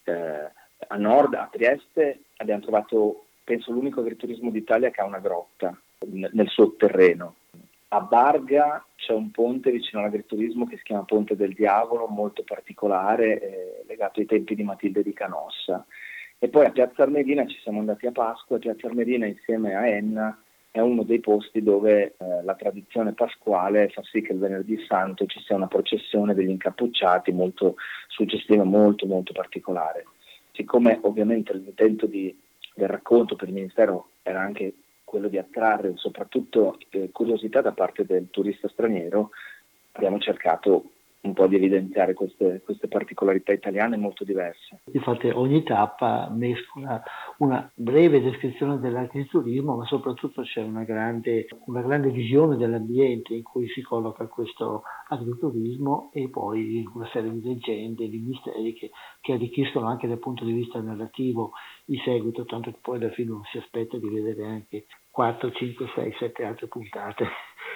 a nord, a Trieste, abbiamo trovato, penso, l'unico agriturismo d'Italia che ha una grotta nel sotterraneo. A Barga c'è un ponte vicino all'agriturismo che si chiama Ponte del Diavolo, molto particolare, legato ai tempi di Matilde di Canossa. E poi a Piazza Armerina ci siamo andati a Pasqua. Piazza Armerina, insieme a Enna, è uno dei posti dove la tradizione pasquale fa sì che il venerdì santo ci sia una processione degli incappucciati molto suggestiva, molto molto particolare. Siccome ovviamente l'intento del racconto per il Ministero era anche quello di attrarre soprattutto curiosità da parte del turista straniero, abbiamo cercato un po' di evidenziare queste particolarità italiane molto diverse. Infatti ogni tappa mescola una breve descrizione dell'agriturismo, ma soprattutto c'è una grande visione dell'ambiente in cui si colloca questo agriturismo e poi una serie di leggende, di misteri che arricchiscono anche dal punto di vista narrativo il seguito, tanto che poi alla fine uno si aspetta di vedere anche 4, 5, 6, 7 altre puntate.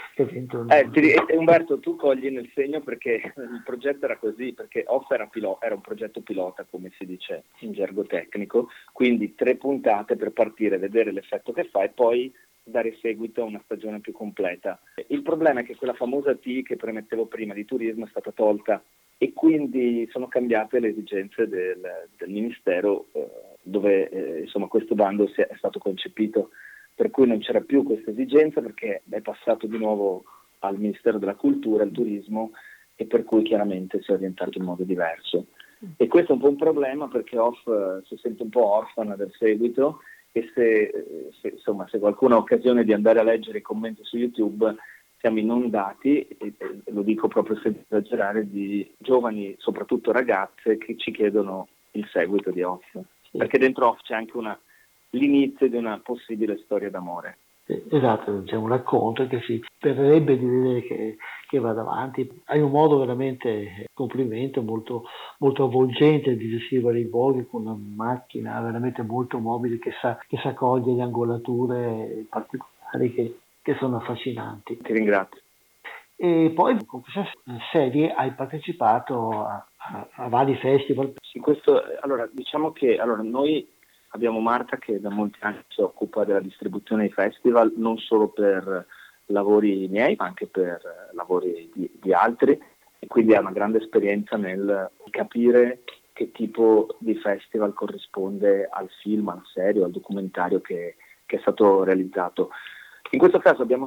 Umberto, tu cogli nel segno perché il progetto era così, perché Off era un progetto pilota, come si dice in gergo tecnico, quindi 3 puntate per partire, vedere l'effetto che fa e poi dare seguito a una stagione più completa. Il problema è che quella famosa T che premettevo prima di turismo è stata tolta e quindi sono cambiate le esigenze del Ministero dove questo bando è stato concepito, per cui non c'era più questa esigenza perché è passato di nuovo al Ministero della Cultura, al Turismo e per cui chiaramente si è orientato in modo diverso. E questo è un po' un problema perché Off si sente un po' orfana del seguito e se qualcuno ha occasione di andare a leggere i commenti su YouTube siamo inondati, e lo dico proprio senza esagerare, di giovani, soprattutto ragazze, che ci chiedono il seguito di Off. Sì. Perché dentro Off c'è anche l'inizio di una possibile storia d'amore. Esatto, c'è un racconto che si sperirebbe di vedere che vada avanti. Hai un modo veramente, complimento, molto, molto avvolgente di descrivere i luoghi con una macchina veramente molto mobile che sa cogliere le angolature particolari che sono affascinanti. Ti ringrazio. E poi con questa serie hai partecipato a vari festival. Sì, diciamo che noi abbiamo Marta che da molti anni si occupa della distribuzione ai festival, non solo per lavori miei, ma anche per lavori di altri, e quindi ha una grande esperienza nel capire che tipo di festival corrisponde al film, alla serie o al documentario che è stato realizzato. In questo caso lei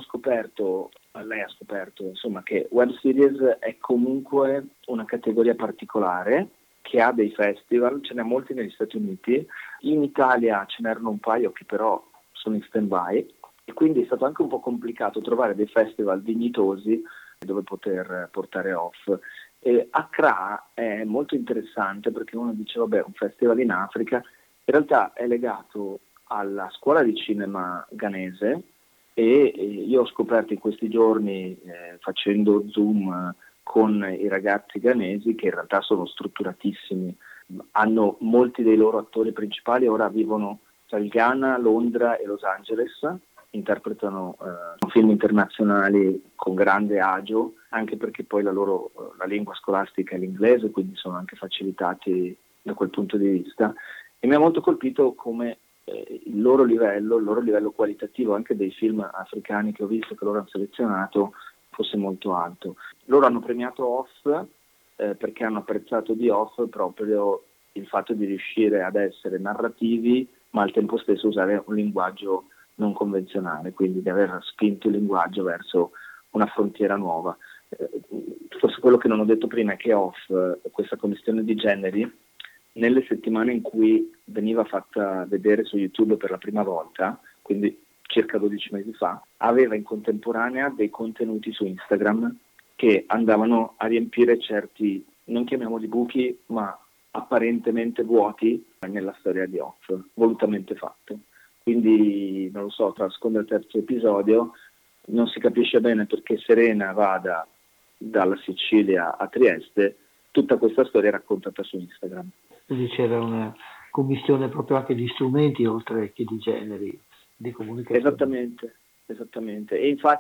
ha scoperto, insomma, che web series è comunque una categoria particolare, che ha dei festival, ce n'è molti negli Stati Uniti, in Italia ce n'erano un paio che però sono in stand-by e quindi è stato anche un po' complicato trovare dei festival dignitosi dove poter portare Off. E Accra è molto interessante perché uno dice vabbè, un festival in Africa, in realtà è legato alla scuola di cinema ghanese e io ho scoperto in questi giorni facendo Zoom con i ragazzi ghanesi che in realtà sono strutturatissimi, hanno molti dei loro attori principali ora vivono tra il Ghana, Londra e Los Angeles, interpretano film internazionali con grande agio, anche perché poi la lingua scolastica è l'inglese, quindi sono anche facilitati da quel punto di vista e mi ha molto colpito come il loro livello qualitativo anche dei film africani che ho visto che loro hanno selezionato fosse molto alto. Loro hanno premiato Off perché hanno apprezzato di Off proprio il fatto di riuscire ad essere narrativi, ma al tempo stesso usare un linguaggio non convenzionale, quindi di aver spinto il linguaggio verso una frontiera nuova. Forse quello che non ho detto prima è che Off, questa commistione di generi, nelle settimane in cui veniva fatta vedere su YouTube per la prima volta, quindi circa 12 mesi fa, aveva in contemporanea dei contenuti su Instagram che andavano a riempire certi, non chiamiamoli buchi, ma apparentemente vuoti nella storia di Off, volutamente fatto. Quindi, non lo so, tra il secondo e il terzo episodio non si capisce bene perché Serena vada dalla Sicilia a Trieste, tutta questa storia è raccontata su Instagram. Quindi c'era una commistione proprio anche di strumenti oltre che di generi di comunicazione. Esattamente.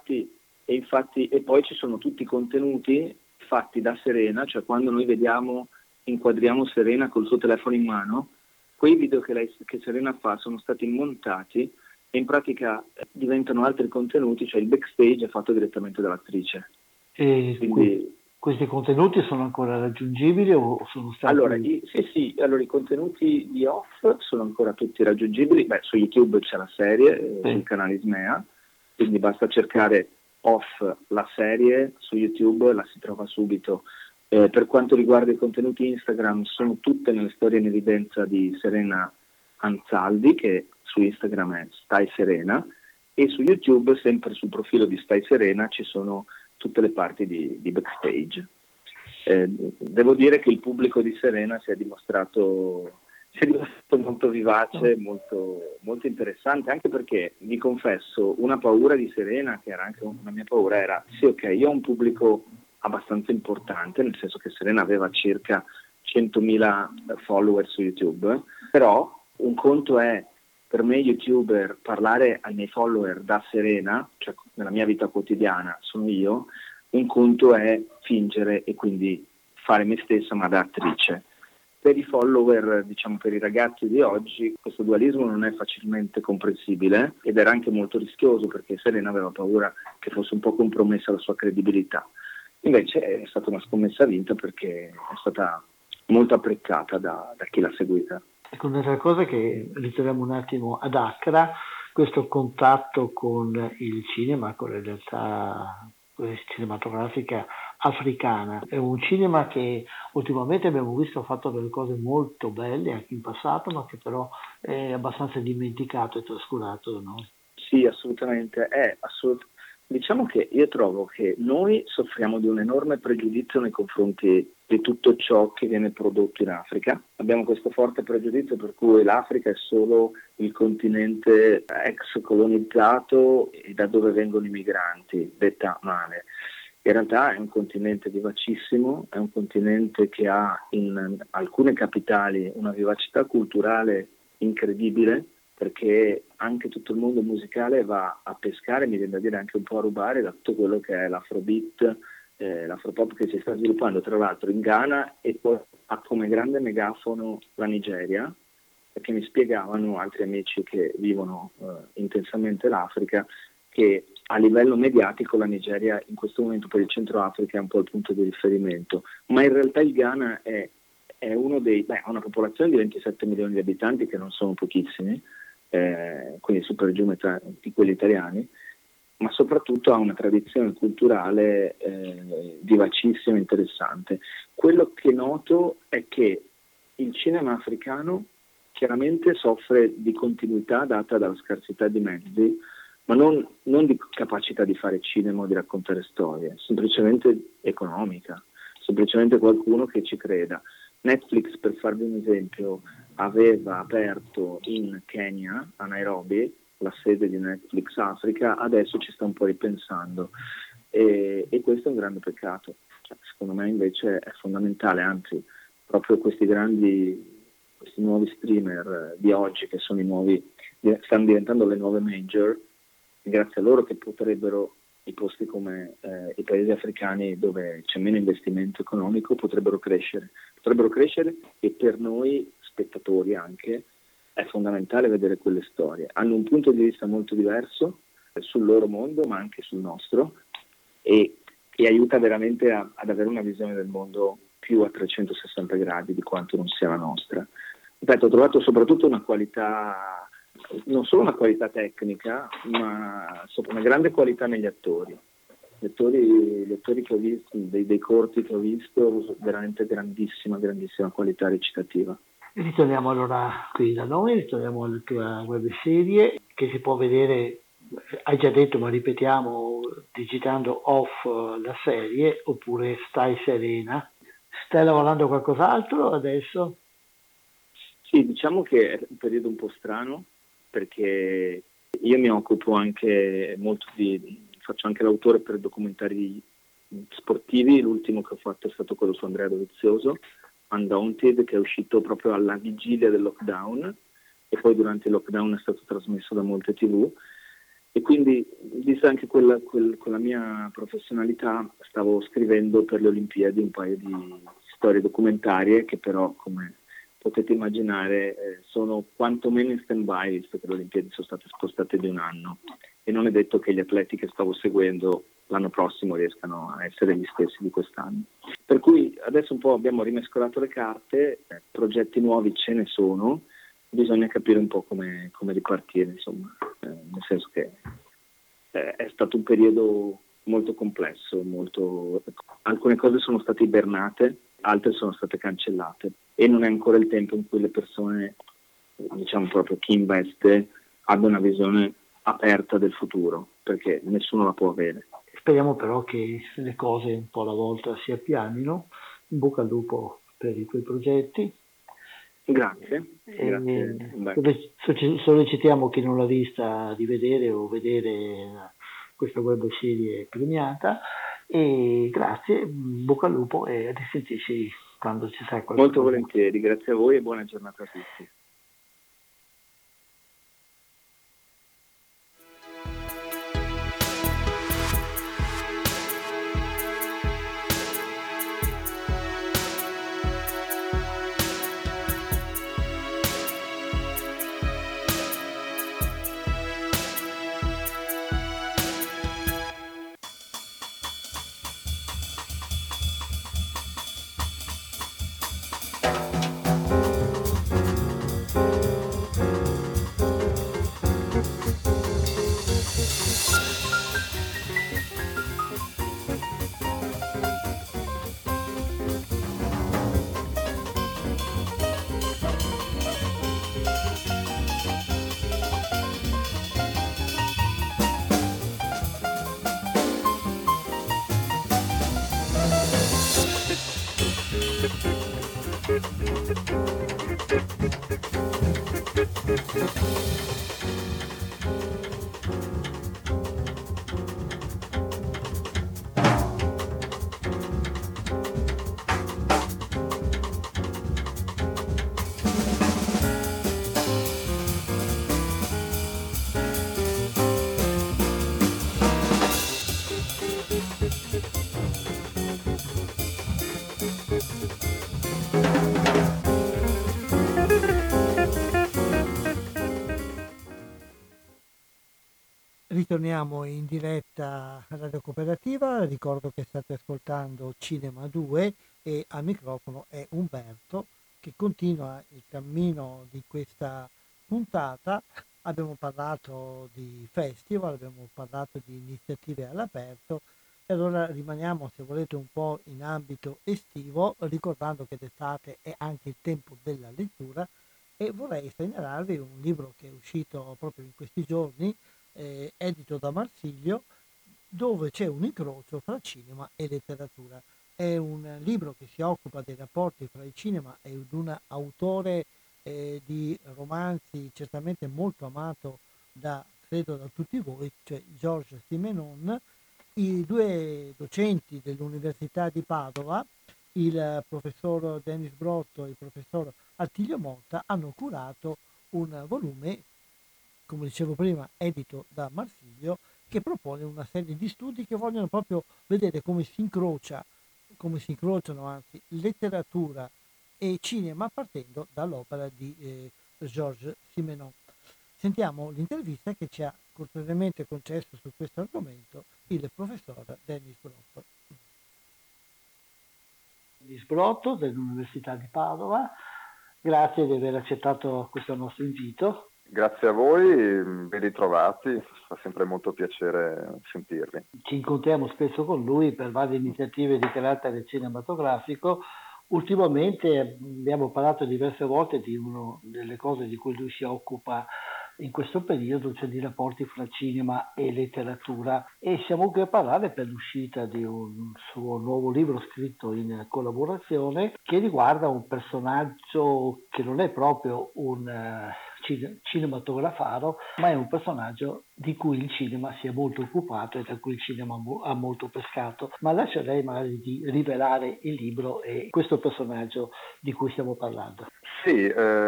E poi ci sono tutti i contenuti fatti da Serena, cioè quando noi inquadriamo Serena col suo telefono in mano, quei video che Serena fa sono stati montati e in pratica diventano altri contenuti, cioè il backstage è fatto direttamente dall'attrice. E quindi questi contenuti sono ancora raggiungibili o sono stati... Allora, i contenuti di Off sono ancora tutti raggiungibili. Su YouTube c'è la serie, sul canale Ismea, quindi basta cercare Off la serie su YouTube, la si trova subito. Per quanto riguarda i contenuti Instagram, sono tutte nelle storie in evidenza di Serena Anzaldi, che su Instagram è Stai Serena, e su YouTube, sempre sul profilo di Stai Serena, ci sono tutte le parti di backstage. Devo dire che il pubblico di Serena si è dimostrato molto vivace, molto, molto interessante, anche perché, vi confesso, una paura di Serena, che era anche una mia paura, era sì, ok, io ho un pubblico abbastanza importante, nel senso che Serena aveva circa 100.000 follower su YouTube, però un conto è per me YouTuber parlare ai miei follower da Serena, cioè nella mia vita quotidiana sono io, un conto è fingere e quindi fare me stessa ma da attrice. Per i follower, diciamo per i ragazzi di oggi, questo dualismo non è facilmente comprensibile ed era anche molto rischioso perché Serena aveva paura che fosse un po' compromessa la sua credibilità. Invece è stata una scommessa vinta perché è stata molto apprezzata da chi l'ha seguita. Ecco, un'altra cosa che ritorniamo un attimo ad Accra, questo contatto con il cinema, con la realtà cinematografica africana. È un cinema che ultimamente abbiamo visto fatto delle cose molto belle anche in passato, ma che però è abbastanza dimenticato e trascurato da noi. Sì, assolutamente. Diciamo che io trovo che noi soffriamo di un enorme pregiudizio nei confronti di tutto ciò che viene prodotto in Africa. Abbiamo questo forte pregiudizio per cui l'Africa è solo il continente ex colonizzato e da dove vengono i migranti, detta male. In realtà è un continente vivacissimo, è un continente che ha in alcune capitali una vivacità culturale incredibile, perché anche tutto il mondo musicale va a pescare, mi viene da dire anche un po' a rubare da tutto quello che è l'afrobeat, l'afropop che si sta sviluppando tra l'altro in Ghana, e poi ha come grande megafono la Nigeria, perché mi spiegavano altri amici che vivono intensamente l'Africa che a livello mediatico la Nigeria in questo momento per il Centro Africa è un po' il punto di riferimento, ma in realtà il Ghana è uno ha una popolazione di 27 milioni di abitanti che non sono pochissimi, quindi super giù metà di quelli italiani, ma soprattutto ha una tradizione culturale vivacissima e interessante. Quello che noto è che il cinema africano chiaramente soffre di continuità data dalla scarsità di mezzi, ma non di capacità di fare cinema o di raccontare storie, semplicemente economica, semplicemente qualcuno che ci creda. Netflix, per farvi un esempio, aveva aperto in Kenya, a Nairobi, la sede di Netflix Africa, adesso ci sta un po' ripensando e questo è un grande peccato. Secondo me invece è fondamentale, anzi proprio questi nuovi streamer di oggi che sono stanno diventando le nuove major, grazie a loro che potrebbero i posti come i paesi africani dove c'è meno investimento economico potrebbero crescere e per noi spettatori anche è fondamentale vedere quelle storie. Hanno un punto di vista molto diverso sul loro mondo ma anche sul nostro e e aiuta veramente ad avere una visione del mondo più a 360 gradi di quanto non sia la nostra. Ripeto, ho trovato soprattutto una qualità, non solo una qualità tecnica, ma una grande qualità negli attori. Gli attori che ho visto, dei corti che ho visto, veramente grandissima qualità recitativa. Ritorniamo allora qui da noi, ritorniamo alla tua web serie che si può vedere, hai già detto ma ripetiamo, digitando Off la serie oppure Stai Serena. Stai lavorando a qualcos'altro adesso? Sì, diciamo che è un periodo un po' strano perché io mi occupo anche molto faccio anche l'autore per documentari sportivi, l'ultimo che ho fatto è stato quello su Andrea Dovizioso, Undaunted, che è uscito proprio alla vigilia del lockdown e poi durante il lockdown è stato trasmesso da molte TV e quindi, vista anche con la mia professionalità, stavo scrivendo per le Olimpiadi un paio di storie documentarie che però, come potete immaginare, sono quantomeno in stand-by, visto che le Olimpiadi sono state spostate di un anno e non è detto che gli atleti che stavo seguendo l'anno prossimo riescano a essere gli stessi di quest'anno. Per cui adesso un po' abbiamo rimescolato le carte, progetti nuovi ce ne sono, bisogna capire un po' come ripartire, insomma, nel senso che è stato un periodo molto complesso, alcune cose sono state ibernate, altre sono state cancellate e non è ancora il tempo in cui le persone, diciamo proprio chi investe, abbia una visione aperta del futuro, perché nessuno la può avere. Speriamo però che le cose un po' alla volta si appianino. In bocca al lupo per i tuoi progetti. Grazie. Sollecitiamo chi non l'ha vista di vedere o vedere questa web serie premiata e grazie, in bocca al lupo e a risentirci quando ci sarà qualcosa. Molto volentieri, grazie a voi e buona giornata a tutti. Ritorniamo in diretta a Radio Cooperativa, ricordo che state ascoltando Cinema 2 e al microfono è Umberto che continua il cammino di questa puntata. Abbiamo parlato di festival, abbiamo parlato di iniziative all'aperto e allora rimaniamo, se volete, un po' in ambito estivo, ricordando che d'estate è anche il tempo della lettura e vorrei segnalarvi un libro che è uscito proprio in questi giorni, edito da Marsilio, dove c'è un incrocio fra cinema e letteratura. È un libro che si occupa dei rapporti fra il cinema e un autore di romanzi certamente molto amato credo da tutti voi, cioè Georges Simenon. I due docenti dell'Università di Padova, il professor Denis Brotto e il professor Attilio Motta, hanno curato un volume, come dicevo prima, edito da Marsilio, che propone una serie di studi che vogliono proprio vedere come si incrociano anzi letteratura e cinema partendo dall'opera di Georges Simenon. Sentiamo l'intervista che ci ha cortesemente concesso su questo argomento il professor Denis Brotto. di Sbrotto dell'Università di Padova. Grazie di aver accettato questo nostro invito. Grazie a voi, ben ritrovati, fa sempre molto piacere sentirvi. Ci incontriamo spesso con lui per varie iniziative di carattere cinematografico. Ultimamente abbiamo parlato diverse volte di una delle cose di cui lui si occupa in questo periodo, cioè di rapporti fra cinema e letteratura, e siamo qui a parlare per l'uscita di un suo nuovo libro scritto in collaborazione che riguarda un personaggio che non è proprio un cinematografaro, ma è un personaggio di cui il cinema si è molto occupato e da cui il cinema ha molto pescato. Ma lascio a lei magari di rivelare il libro e questo personaggio di cui stiamo parlando. Sì,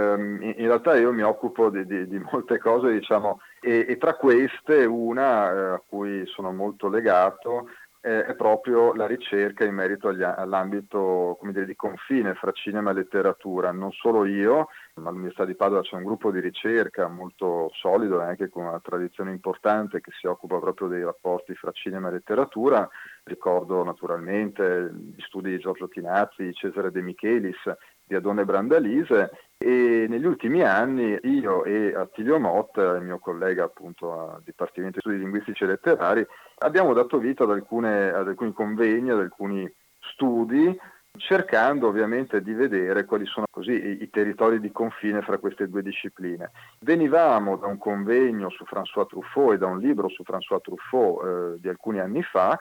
in realtà io mi occupo di molte cose, diciamo, e tra queste una a cui sono molto legato è proprio la ricerca in merito all'ambito, come dire, di confine fra cinema e letteratura. Non solo io, ma all'Università di Padova c'è un gruppo di ricerca molto solido e anche con una tradizione importante che si occupa proprio dei rapporti fra cinema e letteratura. Ricordo naturalmente gli studi di Giorgio Chinazzi, di Cesare De Michelis, di Adone Brandalise, e negli ultimi anni io e Attilio Motta, il mio collega appunto al Dipartimento di Studi Linguistici e Letterari, abbiamo dato vita ad alcuni convegni, ad alcuni studi, cercando ovviamente di vedere quali sono così i territori di confine fra queste due discipline. Venivamo da un convegno su François Truffaut e da un libro su François Truffaut di alcuni anni fa,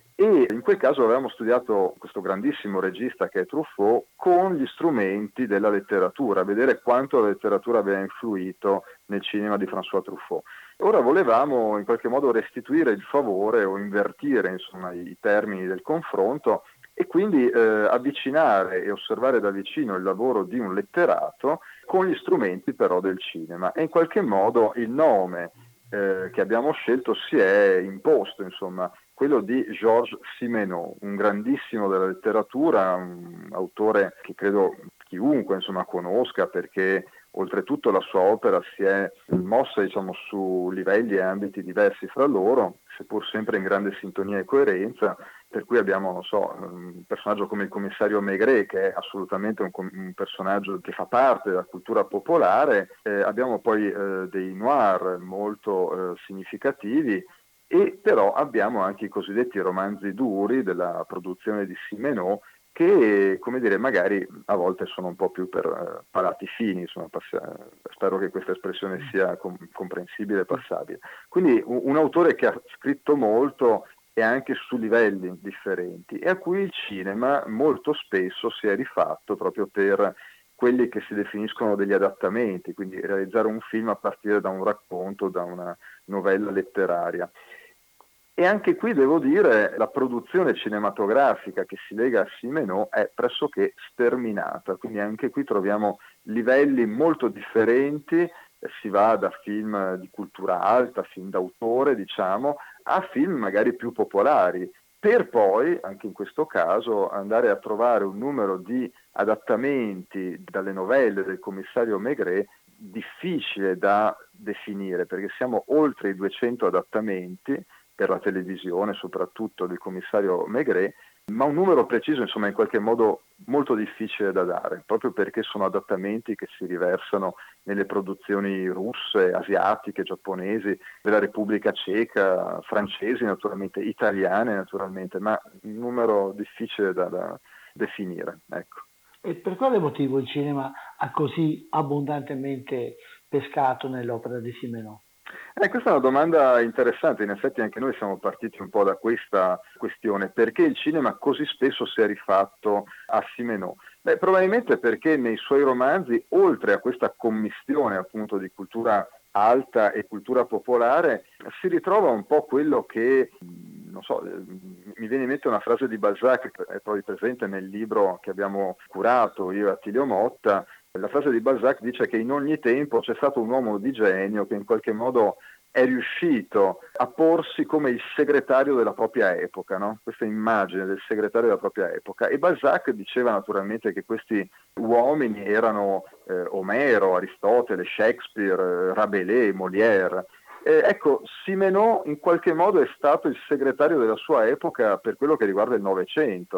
e in quel caso avevamo studiato questo grandissimo regista che è Truffaut con gli strumenti della letteratura, vedere quanto la letteratura aveva influito nel cinema di François Truffaut. Ora volevamo in qualche modo restituire il favore o invertire insomma i termini del confronto e quindi avvicinare e osservare da vicino il lavoro di un letterato con gli strumenti però del cinema, e in qualche modo il nome che abbiamo scelto si è imposto, insomma, quello di Georges Simenon, un grandissimo della letteratura, un autore che credo chiunque insomma conosca, perché oltretutto la sua opera si è mossa, diciamo, su livelli e ambiti diversi fra loro, seppur sempre in grande sintonia e coerenza, per cui abbiamo, non so, un personaggio come il commissario Maigret, che è assolutamente un personaggio che fa parte della cultura popolare, abbiamo poi dei noir molto significativi, e però abbiamo anche i cosiddetti romanzi duri della produzione di Simenon, che, come dire, magari a volte sono un po' più per palati fini, insomma, spero che questa espressione sia comprensibile e passabile. Quindi un autore che ha scritto molto e anche su livelli differenti, e a cui il cinema molto spesso si è rifatto proprio per quelli che si definiscono degli adattamenti, quindi realizzare un film a partire da un racconto, da una novella letteraria. E anche qui devo dire la produzione cinematografica che si lega a Simenon è pressoché sterminata, quindi anche qui troviamo livelli molto differenti, si va da film di cultura alta, film d'autore diciamo, a film magari più popolari, per poi, anche in questo caso, andare a trovare un numero di adattamenti dalle novelle del commissario Maigret difficile da definire, perché siamo oltre i 200 adattamenti per la televisione, soprattutto del commissario Maigret, ma un numero preciso, insomma, in qualche modo molto difficile da dare, proprio perché sono adattamenti che si riversano nelle produzioni russe, asiatiche, giapponesi, della Repubblica Ceca, francesi naturalmente, italiane naturalmente, ma un numero difficile da definire, ecco. E per quale motivo il cinema ha così abbondantemente pescato nell'opera di Simenon? Questa è una domanda interessante, in effetti anche noi siamo partiti un po' da questa questione, perché il cinema così spesso si è rifatto a Simenon? Probabilmente perché nei suoi romanzi, oltre a questa commistione appunto di cultura alta e cultura popolare, si ritrova un po' quello che, non so, mi viene in mente una frase di Balzac, che è poi presente nel libro che abbiamo curato io e Attilio Motta. La frase di Balzac dice che in ogni tempo c'è stato un uomo di genio che in qualche modo è riuscito a porsi come il segretario della propria epoca, no? Questa immagine del segretario della propria epoca. E Balzac diceva naturalmente che questi uomini erano Omero, Aristotele, Shakespeare, Rabelais, Molière. Ecco, Simenon in qualche modo è stato il segretario della sua epoca per quello che riguarda il Novecento.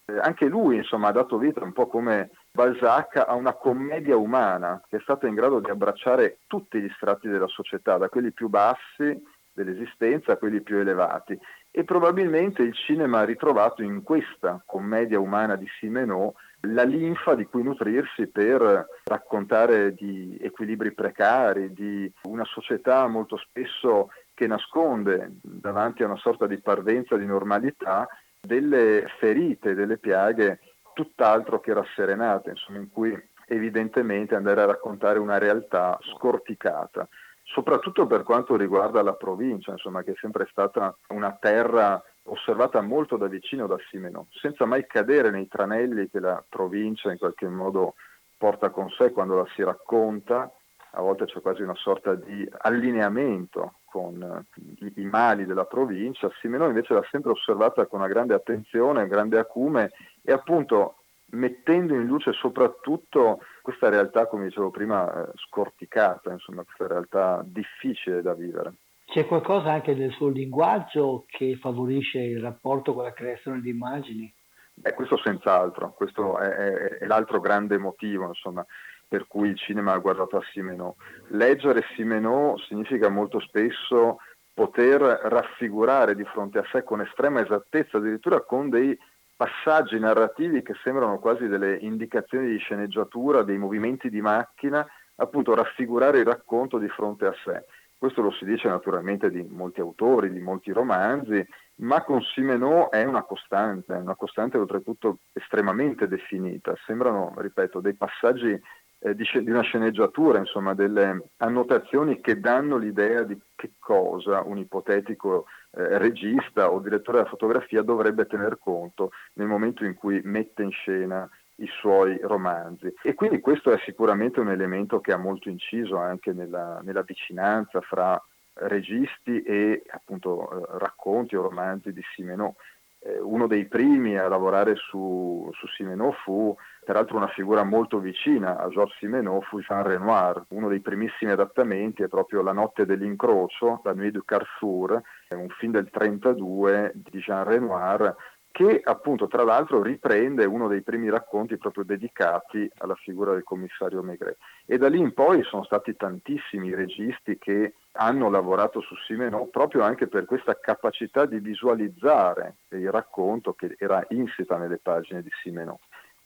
Anche lui, insomma, ha dato vita un po' come Balzac a una commedia umana che è stata in grado di abbracciare tutti gli strati della società, da quelli più bassi dell'esistenza a quelli più elevati. E probabilmente il cinema ha ritrovato in questa commedia umana di Simenon la linfa di cui nutrirsi per raccontare di equilibri precari, di una società molto spesso che nasconde davanti a una sorta di parvenza di normalità delle ferite, delle piaghe tutt'altro che rasserenate, insomma, in cui evidentemente andare a raccontare una realtà scorticata, soprattutto per quanto riguarda la provincia, insomma, che è sempre stata una terra osservata molto da vicino da Simenon, senza mai cadere nei tranelli che la provincia in qualche modo porta con sé quando la si racconta. A volte c'è quasi una sorta di allineamento con i mali della provincia. Simenon invece l'ha sempre osservata con una grande attenzione, un grande acume e appunto mettendo in luce soprattutto questa realtà, come dicevo prima, scorticata, insomma, questa realtà difficile da vivere. C'è qualcosa anche nel suo linguaggio che favorisce il rapporto con la creazione di immagini? Questo senz'altro, questo è l'altro grande motivo, insomma, per cui il cinema ha guardato a Simenon. Leggere Simenon significa molto spesso poter raffigurare di fronte a sé con estrema esattezza, addirittura con dei passaggi narrativi che sembrano quasi delle indicazioni di sceneggiatura, dei movimenti di macchina, appunto raffigurare il racconto di fronte a sé. Questo lo si dice naturalmente di molti autori, di molti romanzi, ma con Simenon è una costante oltretutto estremamente definita. Sembrano, ripeto, dei passaggi di una sceneggiatura, insomma, delle annotazioni che danno l'idea di che cosa un ipotetico regista o direttore della fotografia dovrebbe tener conto nel momento in cui mette in scena i suoi romanzi. E quindi questo è sicuramente un elemento che ha molto inciso anche nella vicinanza fra registi e appunto racconti o romanzi di Simenon. Uno dei primi a lavorare su Simenon fu peraltro una figura molto vicina a Georges Simenon, fu Jean Renoir. Uno dei primissimi adattamenti è proprio La notte dell'incrocio, La nuit du Carrefour, un film del 1932 di Jean Renoir, che appunto tra l'altro riprende uno dei primi racconti proprio dedicati alla figura del commissario Maigret. E da lì in poi sono stati tantissimi i registi che hanno lavorato su Simenon proprio anche per questa capacità di visualizzare il racconto che era insita nelle pagine di Simenon.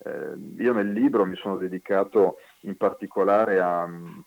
Io nel libro mi sono dedicato in particolare al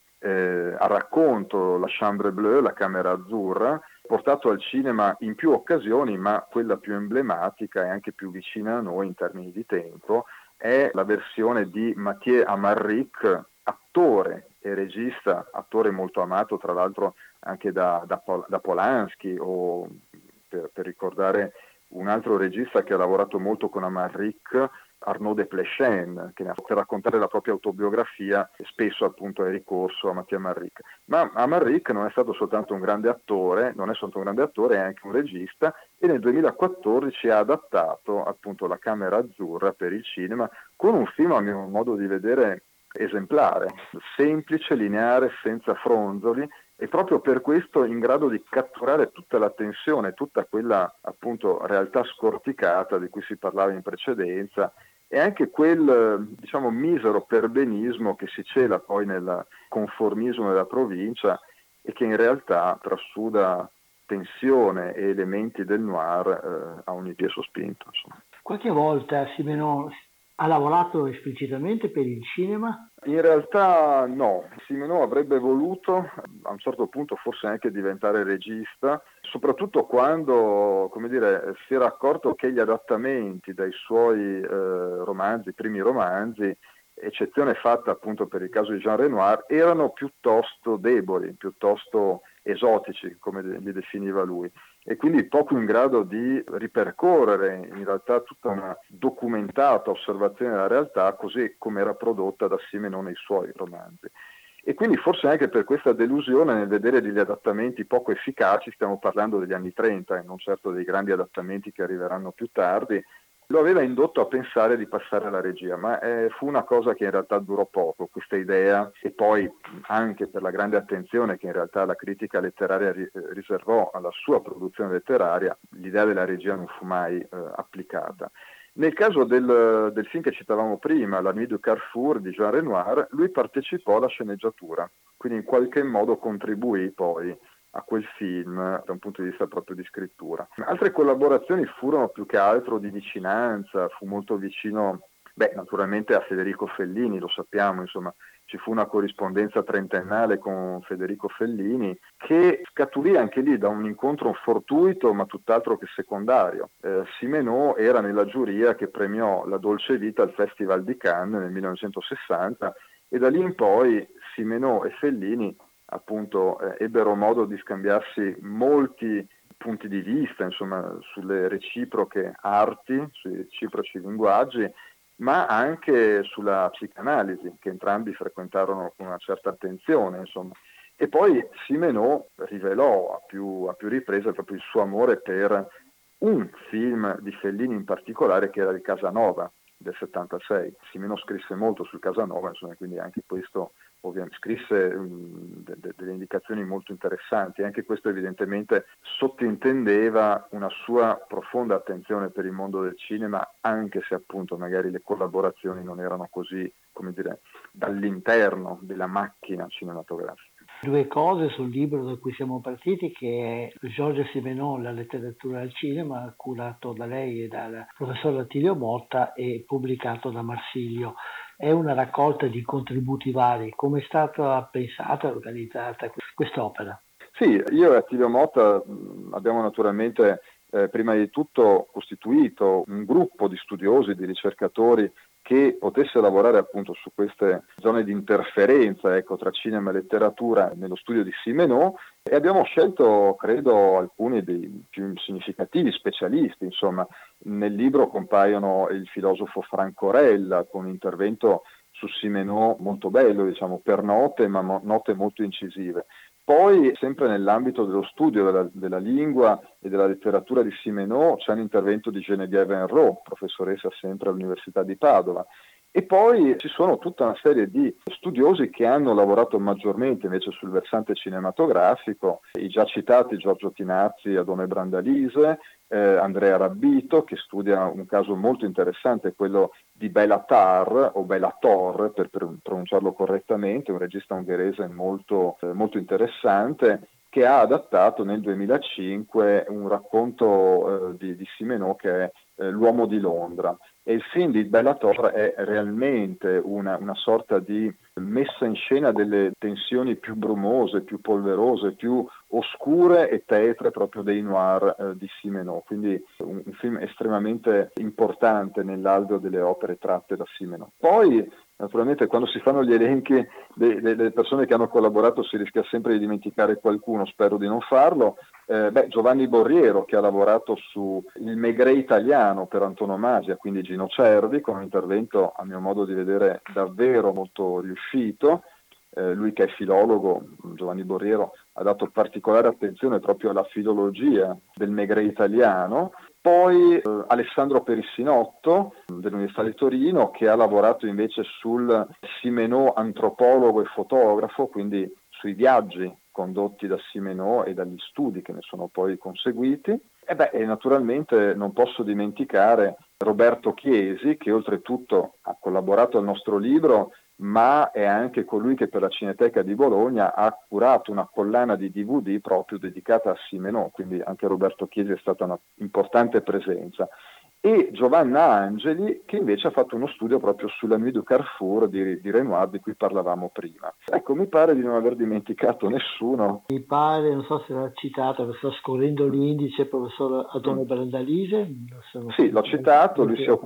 racconto La Chambre Bleue, la Camera Azzurra, portato al cinema in più occasioni, ma quella più emblematica e anche più vicina a noi in termini di tempo è la versione di Mathieu Amalric, attore e regista, attore molto amato tra l'altro anche da Polanski, o per ricordare un altro regista che ha lavorato molto con Amalric, Arnaud Desplechin, che per raccontare la propria autobiografia spesso appunto è ricorso a Mathieu Amalric. Ma Amalric non è stato soltanto un grande attore, non è soltanto un grande attore, è anche un regista, e nel 2014 ha adattato appunto La Camera Azzurra per il cinema con un film, a mio modo di vedere, esemplare, semplice, lineare, senza fronzoli, e proprio per questo in grado di catturare tutta la tensione, tutta quella appunto realtà scorticata di cui si parlava in precedenza, e anche quel, diciamo, misero perbenismo che si cela poi nel conformismo della provincia e che in realtà trasuda tensione e elementi del noir a ogni piè sospinto. Insomma. Qualche volta Simenon ha lavorato esplicitamente per il cinema? In realtà no, Simenon avrebbe voluto a un certo punto forse anche diventare regista, soprattutto quando, come dire, si era accorto che gli adattamenti dai suoi romanzi, primi romanzi, eccezione fatta appunto per il caso di Jean Renoir, erano piuttosto deboli, piuttosto esotici, come li definiva lui, e quindi poco in grado di ripercorrere in realtà tutta una documentata osservazione della realtà così come era prodotta da Simenon nei suoi romanzi. E quindi forse anche per questa delusione nel vedere degli adattamenti poco efficaci, stiamo parlando degli anni 30 e non certo dei grandi adattamenti che arriveranno più tardi, lo aveva indotto a pensare di passare alla regia, ma fu una cosa che in realtà durò poco, questa idea, e poi anche per la grande attenzione che in realtà la critica letteraria riservò alla sua produzione letteraria, l'idea della regia non fu mai applicata. Nel caso del film che citavamo prima, La Nuit du Carrefour di Jean Renoir, lui partecipò alla sceneggiatura, quindi in qualche modo contribuì poi a quel film da un punto di vista proprio di scrittura. Altre collaborazioni furono più che altro di vicinanza, fu molto vicino, naturalmente a Federico Fellini, lo sappiamo, insomma, ci fu una corrispondenza trentennale con Federico Fellini che scaturì anche lì da un incontro fortuito ma tutt'altro che secondario. Simenon era nella giuria che premiò La Dolce Vita al Festival di Cannes nel 1960 e da lì in poi Simenon e Fellini appunto ebbero modo di scambiarsi molti punti di vista, insomma, sulle reciproche arti, sui reciproci linguaggi, ma anche sulla psicanalisi, che entrambi frequentarono con una certa attenzione, insomma. E poi Simenon rivelò a più riprese proprio il suo amore per un film di Fellini in particolare, che era il Casanova del 76. Simenon scrisse molto sul Casanova, insomma, quindi anche questo ovviamente scrisse delle indicazioni molto interessanti. Anche questo evidentemente sottintendeva una sua profonda attenzione per il mondo del cinema, anche se appunto magari le collaborazioni non erano così, come dire, dall'interno della macchina cinematografica. Due cose sul libro da cui siamo partiti, che è Georges Simenon, La letteratura al cinema, curato da lei e dal professor Attilio Motta e pubblicato da Marsilio. È una raccolta di contributi vari. Come è stata pensata e organizzata quest'opera? Sì, io e Attilio Motta abbiamo naturalmente prima di tutto costituito un gruppo di studiosi, di ricercatori che potesse lavorare appunto su queste zone di interferenza, ecco, tra cinema e letteratura nello studio di Simenon, e abbiamo scelto, credo, alcuni dei più significativi specialisti. Insomma, nel libro compaiono il filosofo Franco Rella con un intervento su Simenon molto bello, diciamo, per note, ma note molto incisive. Poi, sempre nell'ambito dello studio della lingua e della letteratura di Simenon, c'è un intervento di Geneviève Enrault, professoressa sempre all'Università di Padova. E poi ci sono tutta una serie di studiosi che hanno lavorato maggiormente invece sul versante cinematografico, i già citati Giorgio Tinazzi, Adone Brandalise, Andrea Rabbito, che studia un caso molto interessante, quello di Béla Tarr, o Béla Tor per pronunciarlo correttamente, un regista ungherese molto interessante, che ha adattato nel 2005 un racconto di Simenon che è L'uomo di Londra. E il film di Béla Tor è realmente una sorta di messa in scena delle tensioni più brumose, più polverose, più oscure e tetre proprio dei noir di Simenon. Quindi un film estremamente importante nell'alveo delle opere tratte da Simenon. Poi naturalmente quando si fanno gli elenchi delle persone che hanno collaborato si rischia sempre di dimenticare qualcuno, spero di non farlo. Giovanni Borriero, che ha lavorato su Il Maigret italiano per antonomasia, quindi Gino Cervi, con un intervento a mio modo di vedere davvero molto riuscito. Lui che è filologo, Giovanni Borriero, ha dato particolare attenzione proprio alla filologia del Maigret italiano. Poi Alessandro Perissinotto dell'Università di Torino, che ha lavorato invece sul Simenon antropologo e fotografo, quindi sui viaggi condotti da Simenon e dagli studi che ne sono poi conseguiti. E naturalmente non posso dimenticare Roberto Chiesi, che oltretutto ha collaborato al nostro libro, ma è anche colui che per la Cineteca di Bologna ha curato una collana di DVD proprio dedicata a Simenon, quindi anche Roberto Chiesi è stata una importante presenza. E Giovanna Angeli, che invece ha fatto uno studio proprio sulla Nuit du Carrefour di Renoir, di cui parlavamo prima. Ecco, mi pare di non aver dimenticato nessuno. Mi pare, non so se l'ha citato, sto scorrendo l'indice, il professor Adone Brandalise. Sì, l'ho citato, lui si è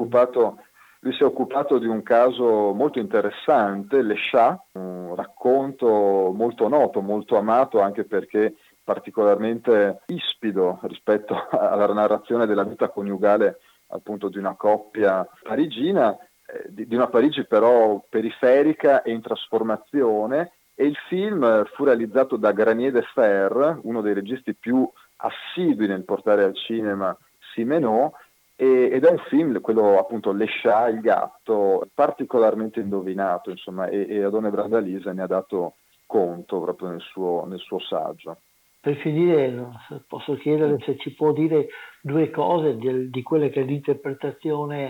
occupato di un caso molto interessante, Le Chat, un racconto molto noto, molto amato, anche perché particolarmente ispido rispetto alla narrazione della vita coniugale appunto di una coppia parigina, di una Parigi però periferica e in trasformazione, e il film fu realizzato da Granier de Fer, uno dei registi più assidui nel portare al cinema Simenon, ed è un film, quello appunto Le Chat, il gatto, particolarmente indovinato, insomma, e Adone Brandalise ne ha dato conto proprio nel suo saggio. Per finire, posso chiedere se ci può dire due cose di quella che è l'interpretazione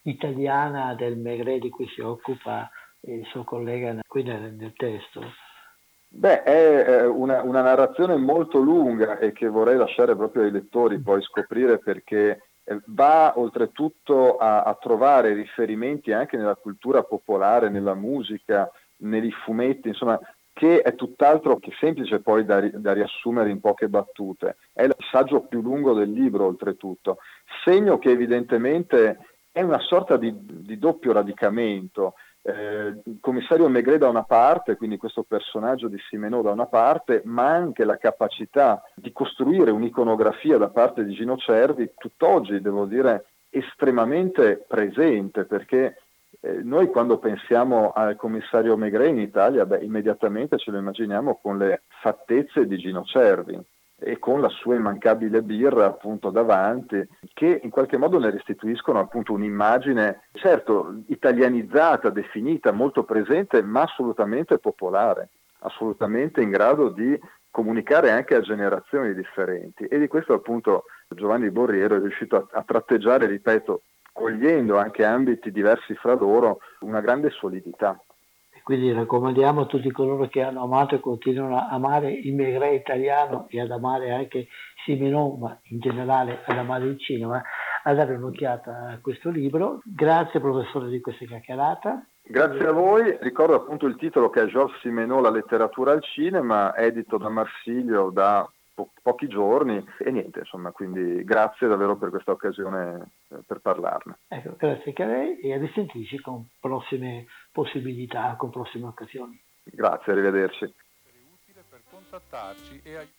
italiana del Maigret di cui si occupa il suo collega qui nel testo? Beh, è una narrazione molto lunga e che vorrei lasciare proprio ai lettori poi scoprire, perché va oltretutto a trovare riferimenti anche nella cultura popolare, nella musica, nei fumetti, insomma, che è tutt'altro che semplice poi da riassumere in poche battute. È il saggio più lungo del libro, oltretutto, segno che evidentemente è una sorta di doppio radicamento. Il commissario Maigret da una parte, quindi questo personaggio di Simenon da una parte, ma anche la capacità di costruire un'iconografia da parte di Gino Cervi, tutt'oggi devo dire estremamente presente, perché noi quando pensiamo al commissario Maigret in Italia, immediatamente ce lo immaginiamo con le fattezze di Gino Cervi e con la sua immancabile birra appunto davanti, che in qualche modo ne restituiscono appunto un'immagine, certo italianizzata, definita, molto presente, ma assolutamente popolare, assolutamente in grado di comunicare anche a generazioni differenti. E di questo appunto Giovanni Borriero è riuscito a tratteggiare, ripeto, cogliendo anche ambiti diversi fra loro, una grande solidità. Quindi raccomandiamo a tutti coloro che hanno amato e continuano a amare il Maigret italiano e ad amare anche Simenon, ma in generale ad amare il cinema, a dare un'occhiata a questo libro. Grazie professore di questa chiacchierata. Grazie a voi, ricordo appunto il titolo che è Georges Simenon, la letteratura al cinema, edito da Marsilio da pochi giorni e niente, insomma, quindi grazie davvero per questa occasione per parlarne. Ecco, grazie anche a lei e a risentirci con prossime possibilità, con prossime occasioni. Grazie, arrivederci. È utile per contattarci e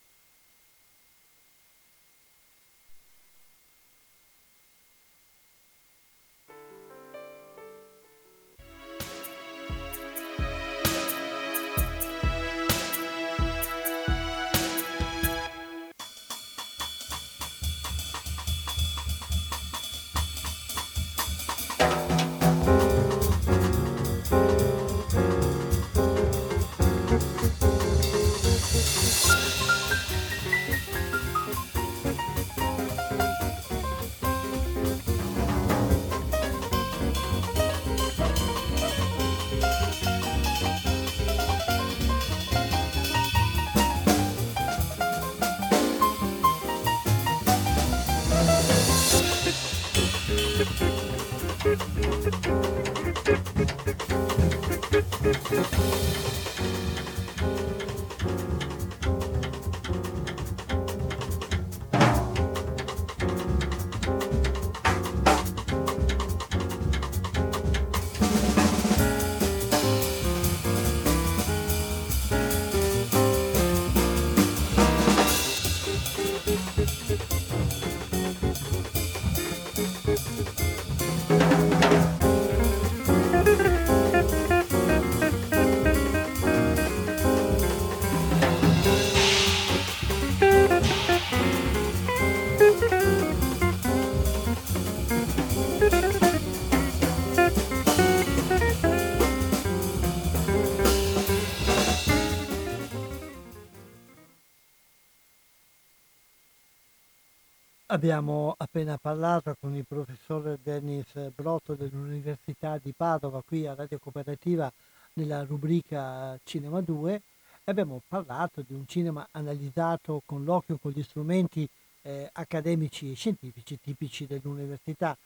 Abbiamo appena parlato con il professor Dennis Brotto dell'Università di Padova qui a Radio Cooperativa nella rubrica Cinema 2 e abbiamo parlato di un cinema analizzato con l'occhio, con gli strumenti accademici e scientifici tipici dell'università.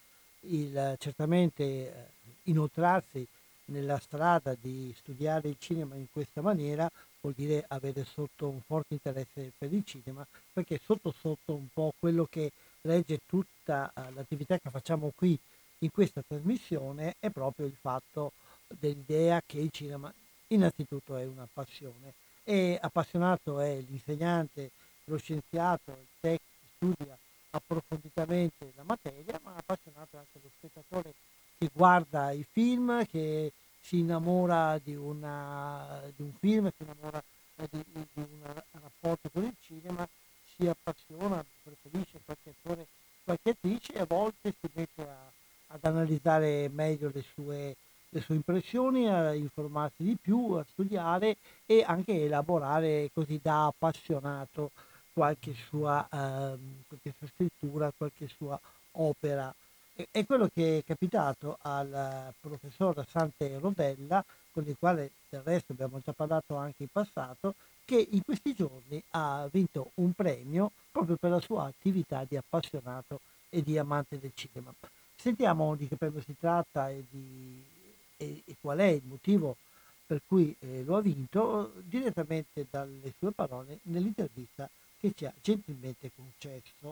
Certamente inoltrarsi nella strada di studiare il cinema in questa maniera vuol dire avere sotto un forte interesse per il cinema, perché sotto un po' quello che regge tutta l'attività che facciamo qui in questa trasmissione è proprio il fatto dell'idea che il cinema innanzitutto è una passione e appassionato è l'insegnante, lo scienziato, il tecnico che studia approfonditamente la materia, ma appassionato è anche lo spettatore che guarda i film, che si innamora di un film, si innamora di un rapporto con il cinema, si appassiona, preferisce qualche attore, qualche attrice e a volte si mette ad analizzare meglio le sue impressioni, a informarsi di più, a studiare e anche elaborare così da appassionato qualche sua scrittura, qualche sua opera. È quello che è capitato al professor Sante Rodella, con il quale del resto abbiamo già parlato anche in passato, che in questi giorni ha vinto un premio proprio per la sua attività di appassionato e di amante del cinema. Sentiamo di che premio si tratta e qual è il motivo per cui lo ha vinto direttamente dalle sue parole nell'intervista che ci ha gentilmente concesso.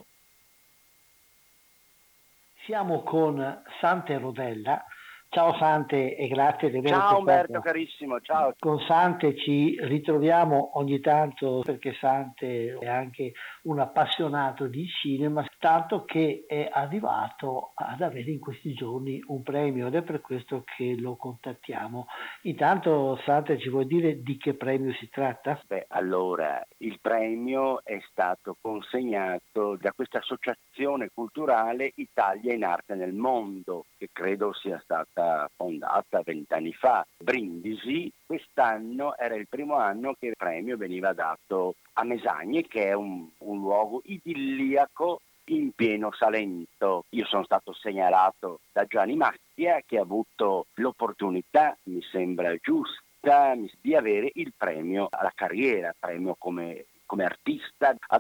Siamo con Sante Rodella. Ciao Sante e grazie di aver Ciao Umberto accettato. carissimo, ciao. Con Sante ci ritroviamo ogni tanto perché Sante è anche un appassionato di cinema, tanto che è arrivato ad avere in questi giorni un premio ed è per questo che lo contattiamo. Intanto Sante, ci vuoi dire di che premio si tratta? Allora, il premio è stato consegnato da questa associazione culturale Italia in arte nel mondo, che credo sia stata fondata 20 anni fa. Brindisi, quest'anno era il primo anno che il premio veniva dato a Mesagne, che è un luogo idilliaco in pieno Salento. Io sono stato segnalato da Gianni Macchia, che ha avuto l'opportunità, mi sembra giusta, di avere il premio alla carriera, premio come artista a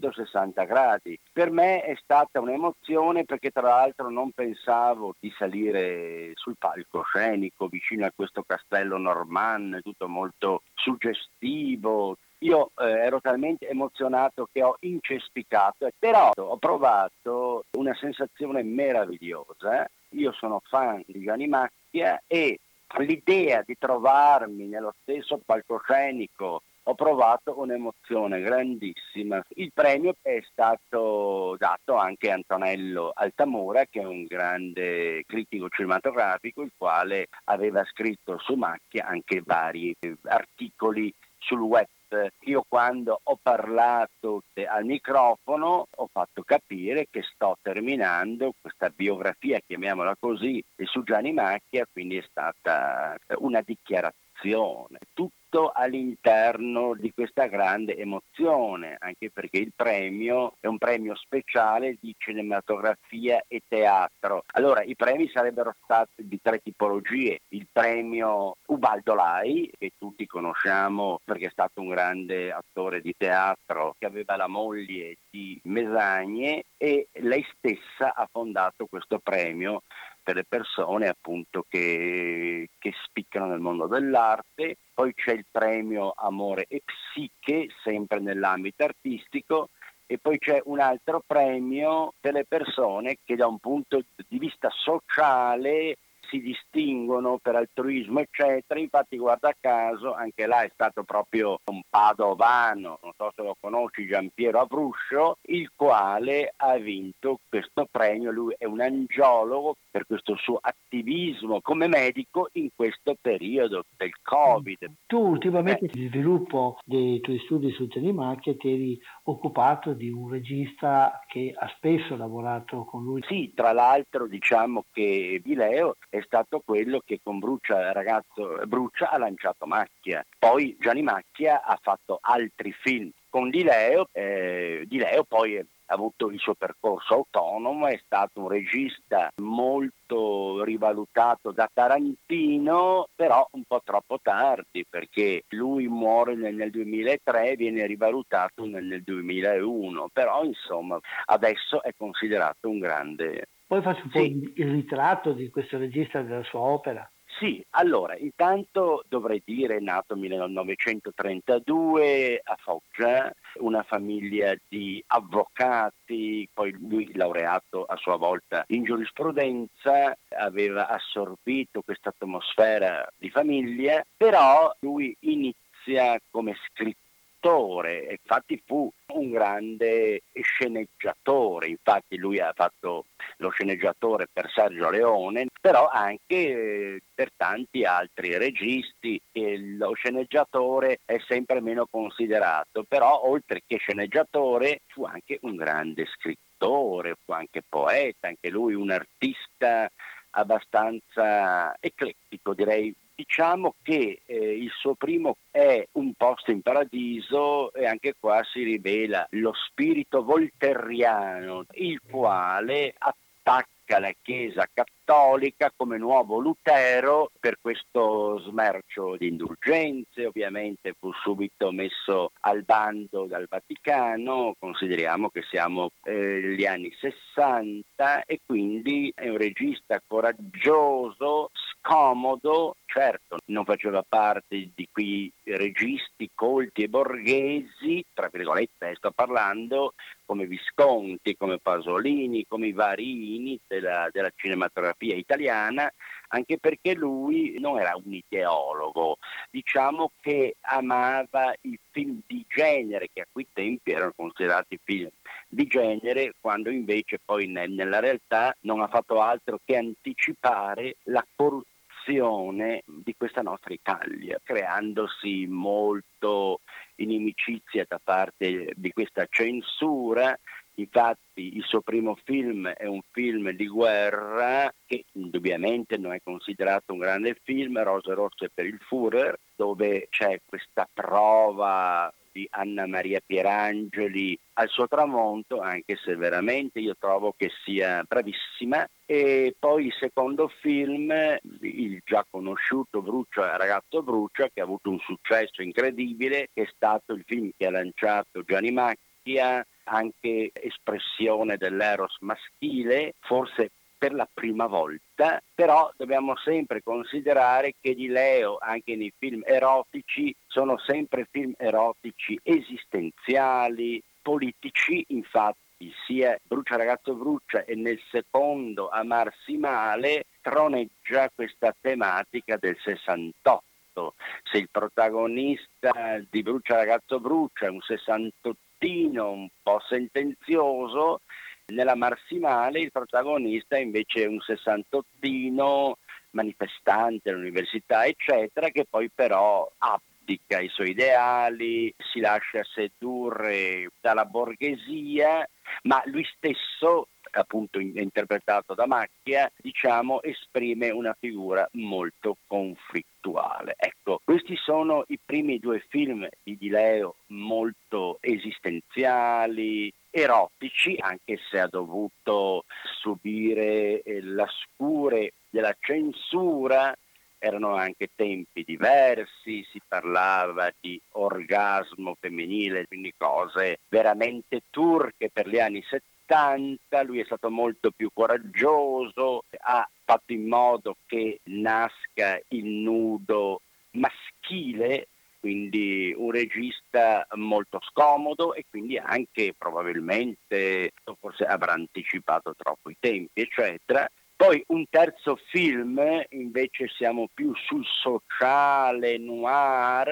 360 gradi. Per me è stata un'emozione perché tra l'altro non pensavo di salire sul palcoscenico vicino a questo castello normanno, tutto molto suggestivo. Io ero talmente emozionato che ho incespicato, però ho provato una sensazione meravigliosa. Io sono fan di Gianni Macchia e l'idea di trovarmi nello stesso palcoscenico ho provato un'emozione grandissima. Il premio è stato dato anche a Antonello Altamura, che è un grande critico cinematografico, il quale aveva scritto su Macchia anche vari articoli sul web. Io quando ho parlato al microfono ho fatto capire che sto terminando questa biografia, chiamiamola così, su Gianni Macchia, quindi è stata una dichiarazione. Tutto all'interno di questa grande emozione, anche perché il premio è un premio speciale di cinematografia e teatro. Allora, i premi sarebbero stati di 3 tipologie. Il premio Ubaldo Lai, che tutti conosciamo perché è stato un grande attore di teatro, che aveva la moglie di Mesagne, e lei stessa ha fondato questo premio per le persone appunto che spiccano nel mondo dell'arte. Poi c'è il premio Amore e Psiche, sempre nell'ambito artistico, e poi c'è un altro premio per le persone che da un punto di vista sociale si distinguono per altruismo eccetera. Infatti guarda caso anche là è stato proprio un padovano, non so se lo conosci, Giampiero Avruscio, il quale ha vinto questo premio. Lui è un angiologo per questo suo attivismo come medico in questo periodo del Covid. Tu ultimamente di sviluppo dei tuoi studi su Gianni Macchia ti eri occupato di un regista che ha spesso lavorato con lui. Sì, tra l'altro diciamo che Di Leo è stato quello che con Brucia ha lanciato Macchia. Poi Gianni Macchia ha fatto altri film con Di Leo poi ha avuto il suo percorso autonomo, è stato un regista molto rivalutato da Tarantino, però un po' troppo tardi, perché lui muore nel 2003 e viene rivalutato nel 2001, però insomma adesso è considerato un grande. Poi faccio un po' il ritratto di questo regista della sua opera. Sì, allora, intanto dovrei dire è nato nel 1932 a Foggia, una famiglia di avvocati, poi lui laureato a sua volta in giurisprudenza, aveva assorbito questa atmosfera di famiglia, però lui inizia come scrittore, infatti fu un grande sceneggiatore, infatti lui ha fatto lo sceneggiatore per Sergio Leone, però anche per tanti altri registi. Lo sceneggiatore è sempre meno considerato, però oltre che sceneggiatore fu anche un grande scrittore, fu anche poeta, anche lui un artista abbastanza eclettico, direi. Diciamo che il suo primo è Un posto in paradiso, e anche qua si rivela lo spirito voltairiano, il quale attacca rivendica la Chiesa cattolica come nuovo Lutero per questo smercio di indulgenze. Ovviamente fu subito messo al bando dal Vaticano, consideriamo che siamo negli anni 60 e quindi è un regista coraggioso, scomodo, certo non faceva parte di quei registi colti e borghesi, tra virgolette sto parlando, come Visconti, come Pasolini, come i Varini della cinematografia italiana, anche perché lui non era un ideologo, diciamo che amava i film di genere, che a quei tempi erano considerati film di genere, quando invece poi nella realtà non ha fatto altro che anticipare la corruzione di questa nostra Italia, creandosi molto inimicizia da parte di questa censura. Infatti il suo primo film è un film di guerra che indubbiamente non è considerato un grande film, Rose rosse per il Führer, dove c'è questa prova di Anna Maria Pierangeli al suo tramonto, anche se veramente io trovo che sia bravissima. E poi il secondo film, il già conosciuto Ragazzo Brucia, che ha avuto un successo incredibile, che è stato il film che ha lanciato Gianni Macchia, anche espressione dell'eros maschile, forse per la prima volta, però dobbiamo sempre considerare che Di Leo, anche nei film erotici, sono sempre film erotici esistenziali, politici. Infatti sia Brucia Ragazzo Brucia e nel secondo Amarsi male troneggia questa tematica del 68. Se il protagonista di Brucia Ragazzo Brucia è un sessantottino un po' sentenzioso, nella Marsimale il protagonista invece è un sessantottino manifestante all'università, eccetera, che poi però abdica i suoi ideali, si lascia sedurre dalla borghesia, ma lui stesso, appunto interpretato da Macchia, diciamo, esprime una figura molto conflittuale. Ecco, questi sono i primi due film di Leo, molto esistenziali, erotici, anche se ha dovuto subire la scure della censura. Erano anche tempi diversi, si parlava di orgasmo femminile, quindi cose veramente turche per gli anni 70. Lui è stato molto più coraggioso, ha fatto in modo che nasca il nudo maschile, quindi un regista molto scomodo e quindi anche probabilmente forse avrà anticipato troppo i tempi, eccetera. Poi un terzo film, invece siamo più sul sociale, noir,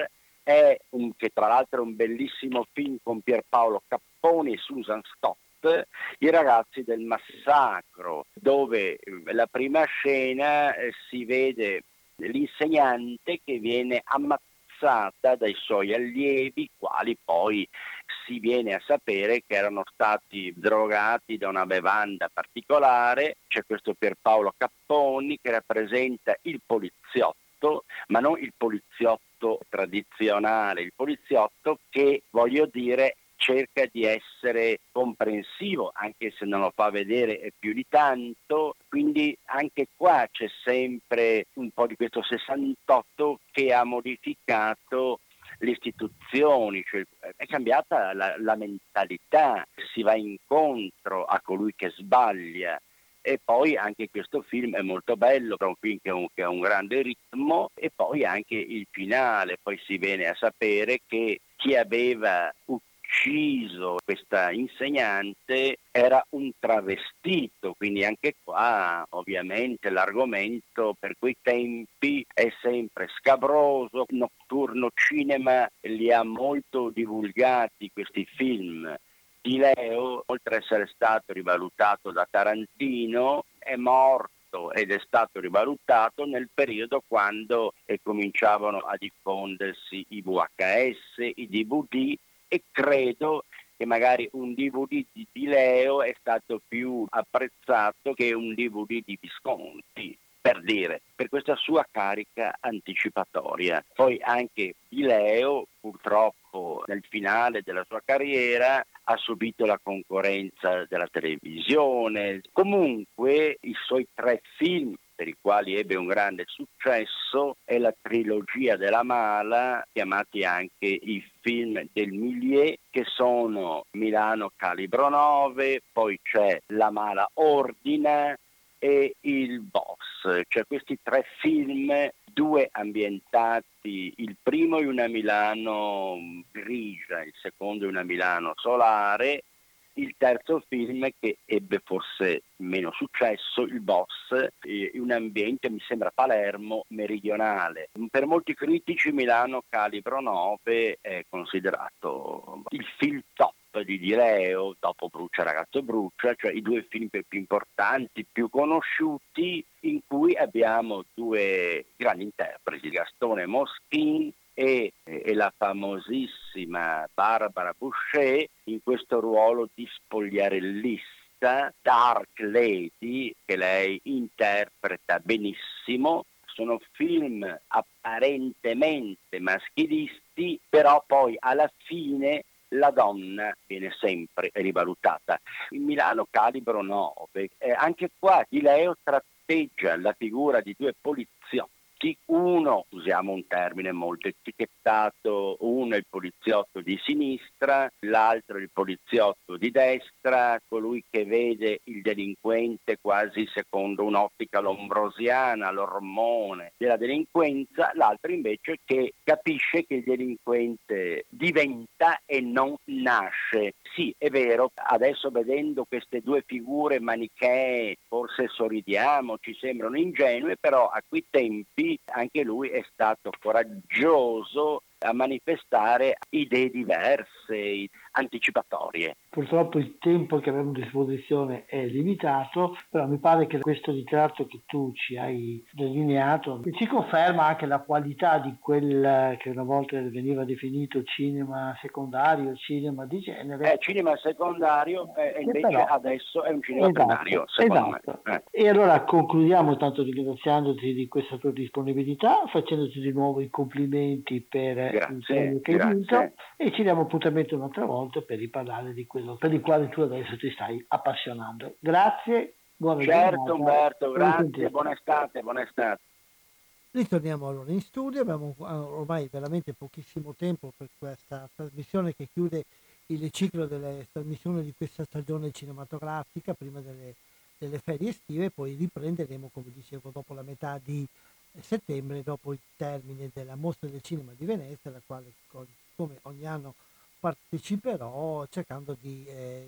che tra l'altro è un bellissimo film con Pierpaolo Capponi e Susan Stott, I ragazzi del massacro, dove la prima scena si vede l'insegnante che viene ammazzata dai suoi allievi, quali poi si viene a sapere che erano stati drogati da una bevanda particolare. C'è questo Pierpaolo Capponi che rappresenta il poliziotto, ma non il poliziotto tradizionale, il poliziotto che, voglio dire, cerca di essere comprensivo, anche se non lo fa vedere più di tanto. Quindi anche qua c'è sempre un po' di questo 68 che ha modificato le istituzioni, cioè è cambiata la mentalità, si va incontro a colui che sbaglia. E poi anche questo film è molto bello, è un film che ha un grande ritmo, e poi anche il finale, poi si viene a sapere che chi aveva ucciso questa insegnante era un travestito, quindi anche qua ovviamente l'argomento per quei tempi è sempre scabroso. Notturno Cinema li ha molto divulgati questi film. Di Leo, oltre ad essere stato rivalutato da Tarantino, è morto ed è stato rivalutato nel periodo quando cominciavano a diffondersi i VHS, i DVD, e credo che magari un DVD di Leo è stato più apprezzato che un DVD di Visconti, per dire, per questa sua carica anticipatoria. Poi anche Di Leo, purtroppo nel finale della sua carriera, ha subito la concorrenza della televisione. Comunque i suoi 3 film per i quali ebbe un grande successo è la trilogia della Mala, chiamati anche i film del Milieu, che sono Milano Calibro 9, poi c'è La Mala Ordina e Il Boss. Cioè questi 3 film, 2 ambientati, il primo in una Milano grigia, il secondo in una Milano solare. Il terzo film, che ebbe forse meno successo, Il Boss, in un ambiente, mi sembra, Palermo meridionale. Per molti critici Milano Calibro 9 è considerato il film top di Di Leo, dopo Brucia Ragazzo Brucia, cioè i 2 film più importanti, più conosciuti, in cui abbiamo 2 grandi interpreti, Gastone Moschin e la famosissima Barbara Boucher in questo ruolo di spogliarellista, Dark Lady, che lei interpreta benissimo. Sono film apparentemente maschilisti, però poi alla fine la donna viene sempre rivalutata. In Milano Calibro 9, anche qua Di Leo tratteggia la figura di 2 poliziotti. Uno, usiamo un termine molto etichettato, uno è il poliziotto di sinistra, l'altro è il poliziotto di destra, colui che vede il delinquente quasi secondo un'ottica lombrosiana, l'ormone della delinquenza, l'altro invece che capisce che il delinquente diventa e non nasce. Sì, è vero, adesso vedendo queste 2 figure manichee forse sorridiamo, ci sembrano ingenue, però a quei tempi anche lui è stato coraggioso a manifestare idee diverse, anticipatorie. Purtroppo il tempo che abbiamo a disposizione è limitato, però mi pare che questo ritratto che tu ci hai delineato ci conferma anche la qualità di quel che una volta veniva definito cinema secondario, cinema di genere. Cinema secondario e invece però adesso è un cinema primario, secondo me. E allora concludiamo tanto ringraziandoti di questa tua disponibilità, facendoti di nuovo i complimenti per il premio che hai vinto, e ci diamo appuntamento un'altra volta per riparlare di quello per il quale tu adesso ti stai appassionando. Grazie, buona giornata. Umberto, grazie, buona estate. Ritorniamo allora in studio, abbiamo ormai veramente pochissimo tempo per questa trasmissione che chiude il ciclo delle trasmissioni di questa stagione cinematografica prima delle ferie estive, poi riprenderemo, come dicevo, dopo la metà di settembre, dopo il termine della Mostra del Cinema di Venezia, alla quale come ogni anno parteciperò cercando di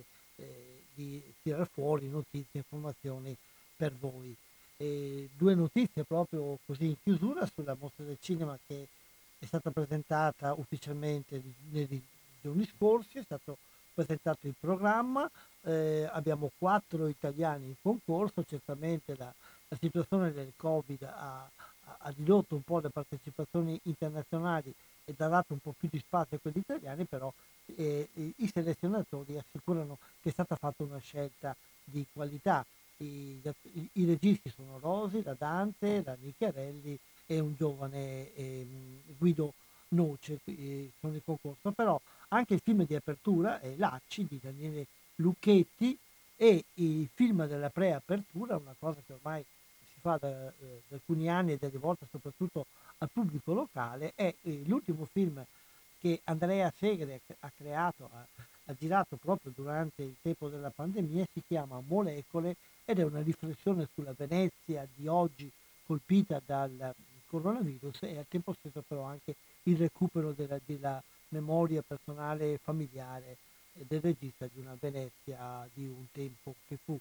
tirar fuori notizie, informazioni per voi. 2 notizie proprio così in chiusura sulla Mostra del Cinema, che è stata presentata ufficialmente nei giorni scorsi, è stato presentato il programma, abbiamo 4 italiani in concorso. Certamente la situazione del Covid ha ridotto un po' le partecipazioni internazionali e ha dato un po' più di spazio a quelli italiani, però i selezionatori assicurano che è stata fatta una scelta di qualità. I registi sono Rosi, la Dante, la Nicchiarelli e un giovane Guido Noce sono in concorso, però anche il film di apertura è Lacci di Daniele Lucchetti, e il film della preapertura, una cosa che ormai si fa da alcuni anni e delle volte soprattutto al pubblico locale, è l'ultimo film che Andrea Segre ha creato, ha girato proprio durante il tempo della pandemia. Si chiama Molecole ed è una riflessione sulla Venezia di oggi colpita dal coronavirus, e al tempo stesso però anche il recupero della memoria personale e familiare del regista di una Venezia di un tempo che fu.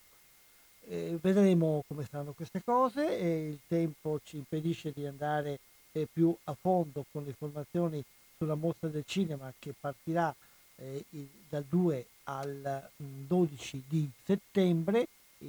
Vedremo come saranno queste cose, e il tempo ci impedisce di andare più a fondo con le informazioni sulla Mostra del Cinema, che partirà dal 2 al 12 di settembre.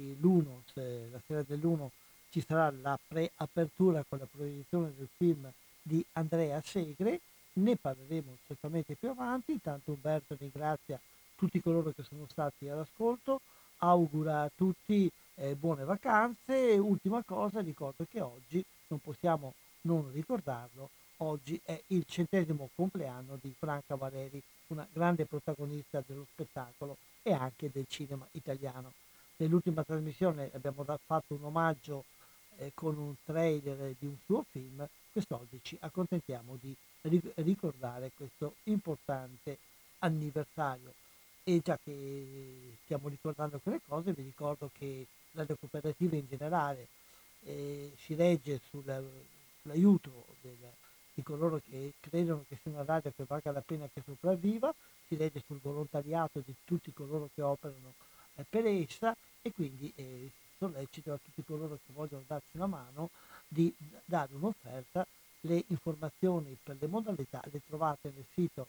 La sera dell'1 ci sarà la preapertura con la proiezione del film di Andrea Segre. Ne parleremo certamente più avanti. Intanto Umberto ringrazia tutti coloro che sono stati all'ascolto, augura a tutti buone vacanze. Ultima cosa, ricordo che oggi, non possiamo non ricordarlo, oggi è il 100° compleanno di Franca Valeri, una grande protagonista dello spettacolo e anche del cinema italiano. Nell'ultima trasmissione abbiamo fatto un omaggio con un trailer di un suo film. Quest'oggi ci accontentiamo di ricordare questo importante anniversario. E già che stiamo ricordando quelle cose, vi ricordo che Radio Cooperativa in generale si regge sull'aiuto di coloro che credono che sia una radio che valga la pena che sopravviva, si regge sul volontariato di tutti coloro che operano per essa, e quindi sollecito a tutti coloro che vogliono darci una mano di dare un'offerta. Le informazioni per le modalità le trovate nel sito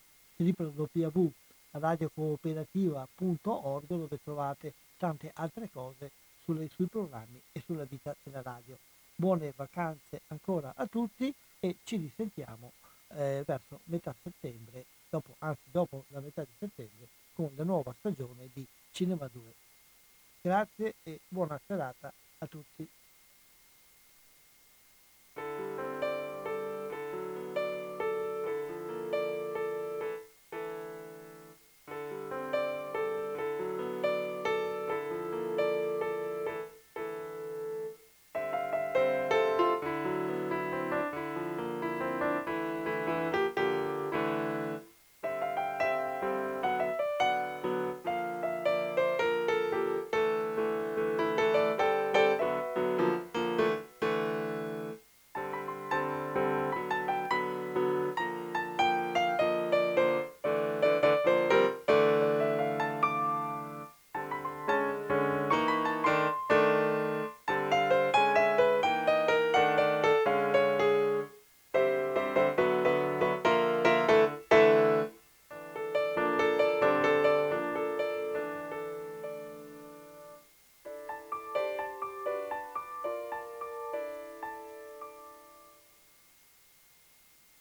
www.radiocooperativa.org, dove trovate tante altre cose sui programmi e sulla vita della radio. Buone vacanze ancora a tutti e ci risentiamo verso metà settembre, dopo la metà di settembre, con la nuova stagione di Cinema 2. Grazie e buona serata a tutti.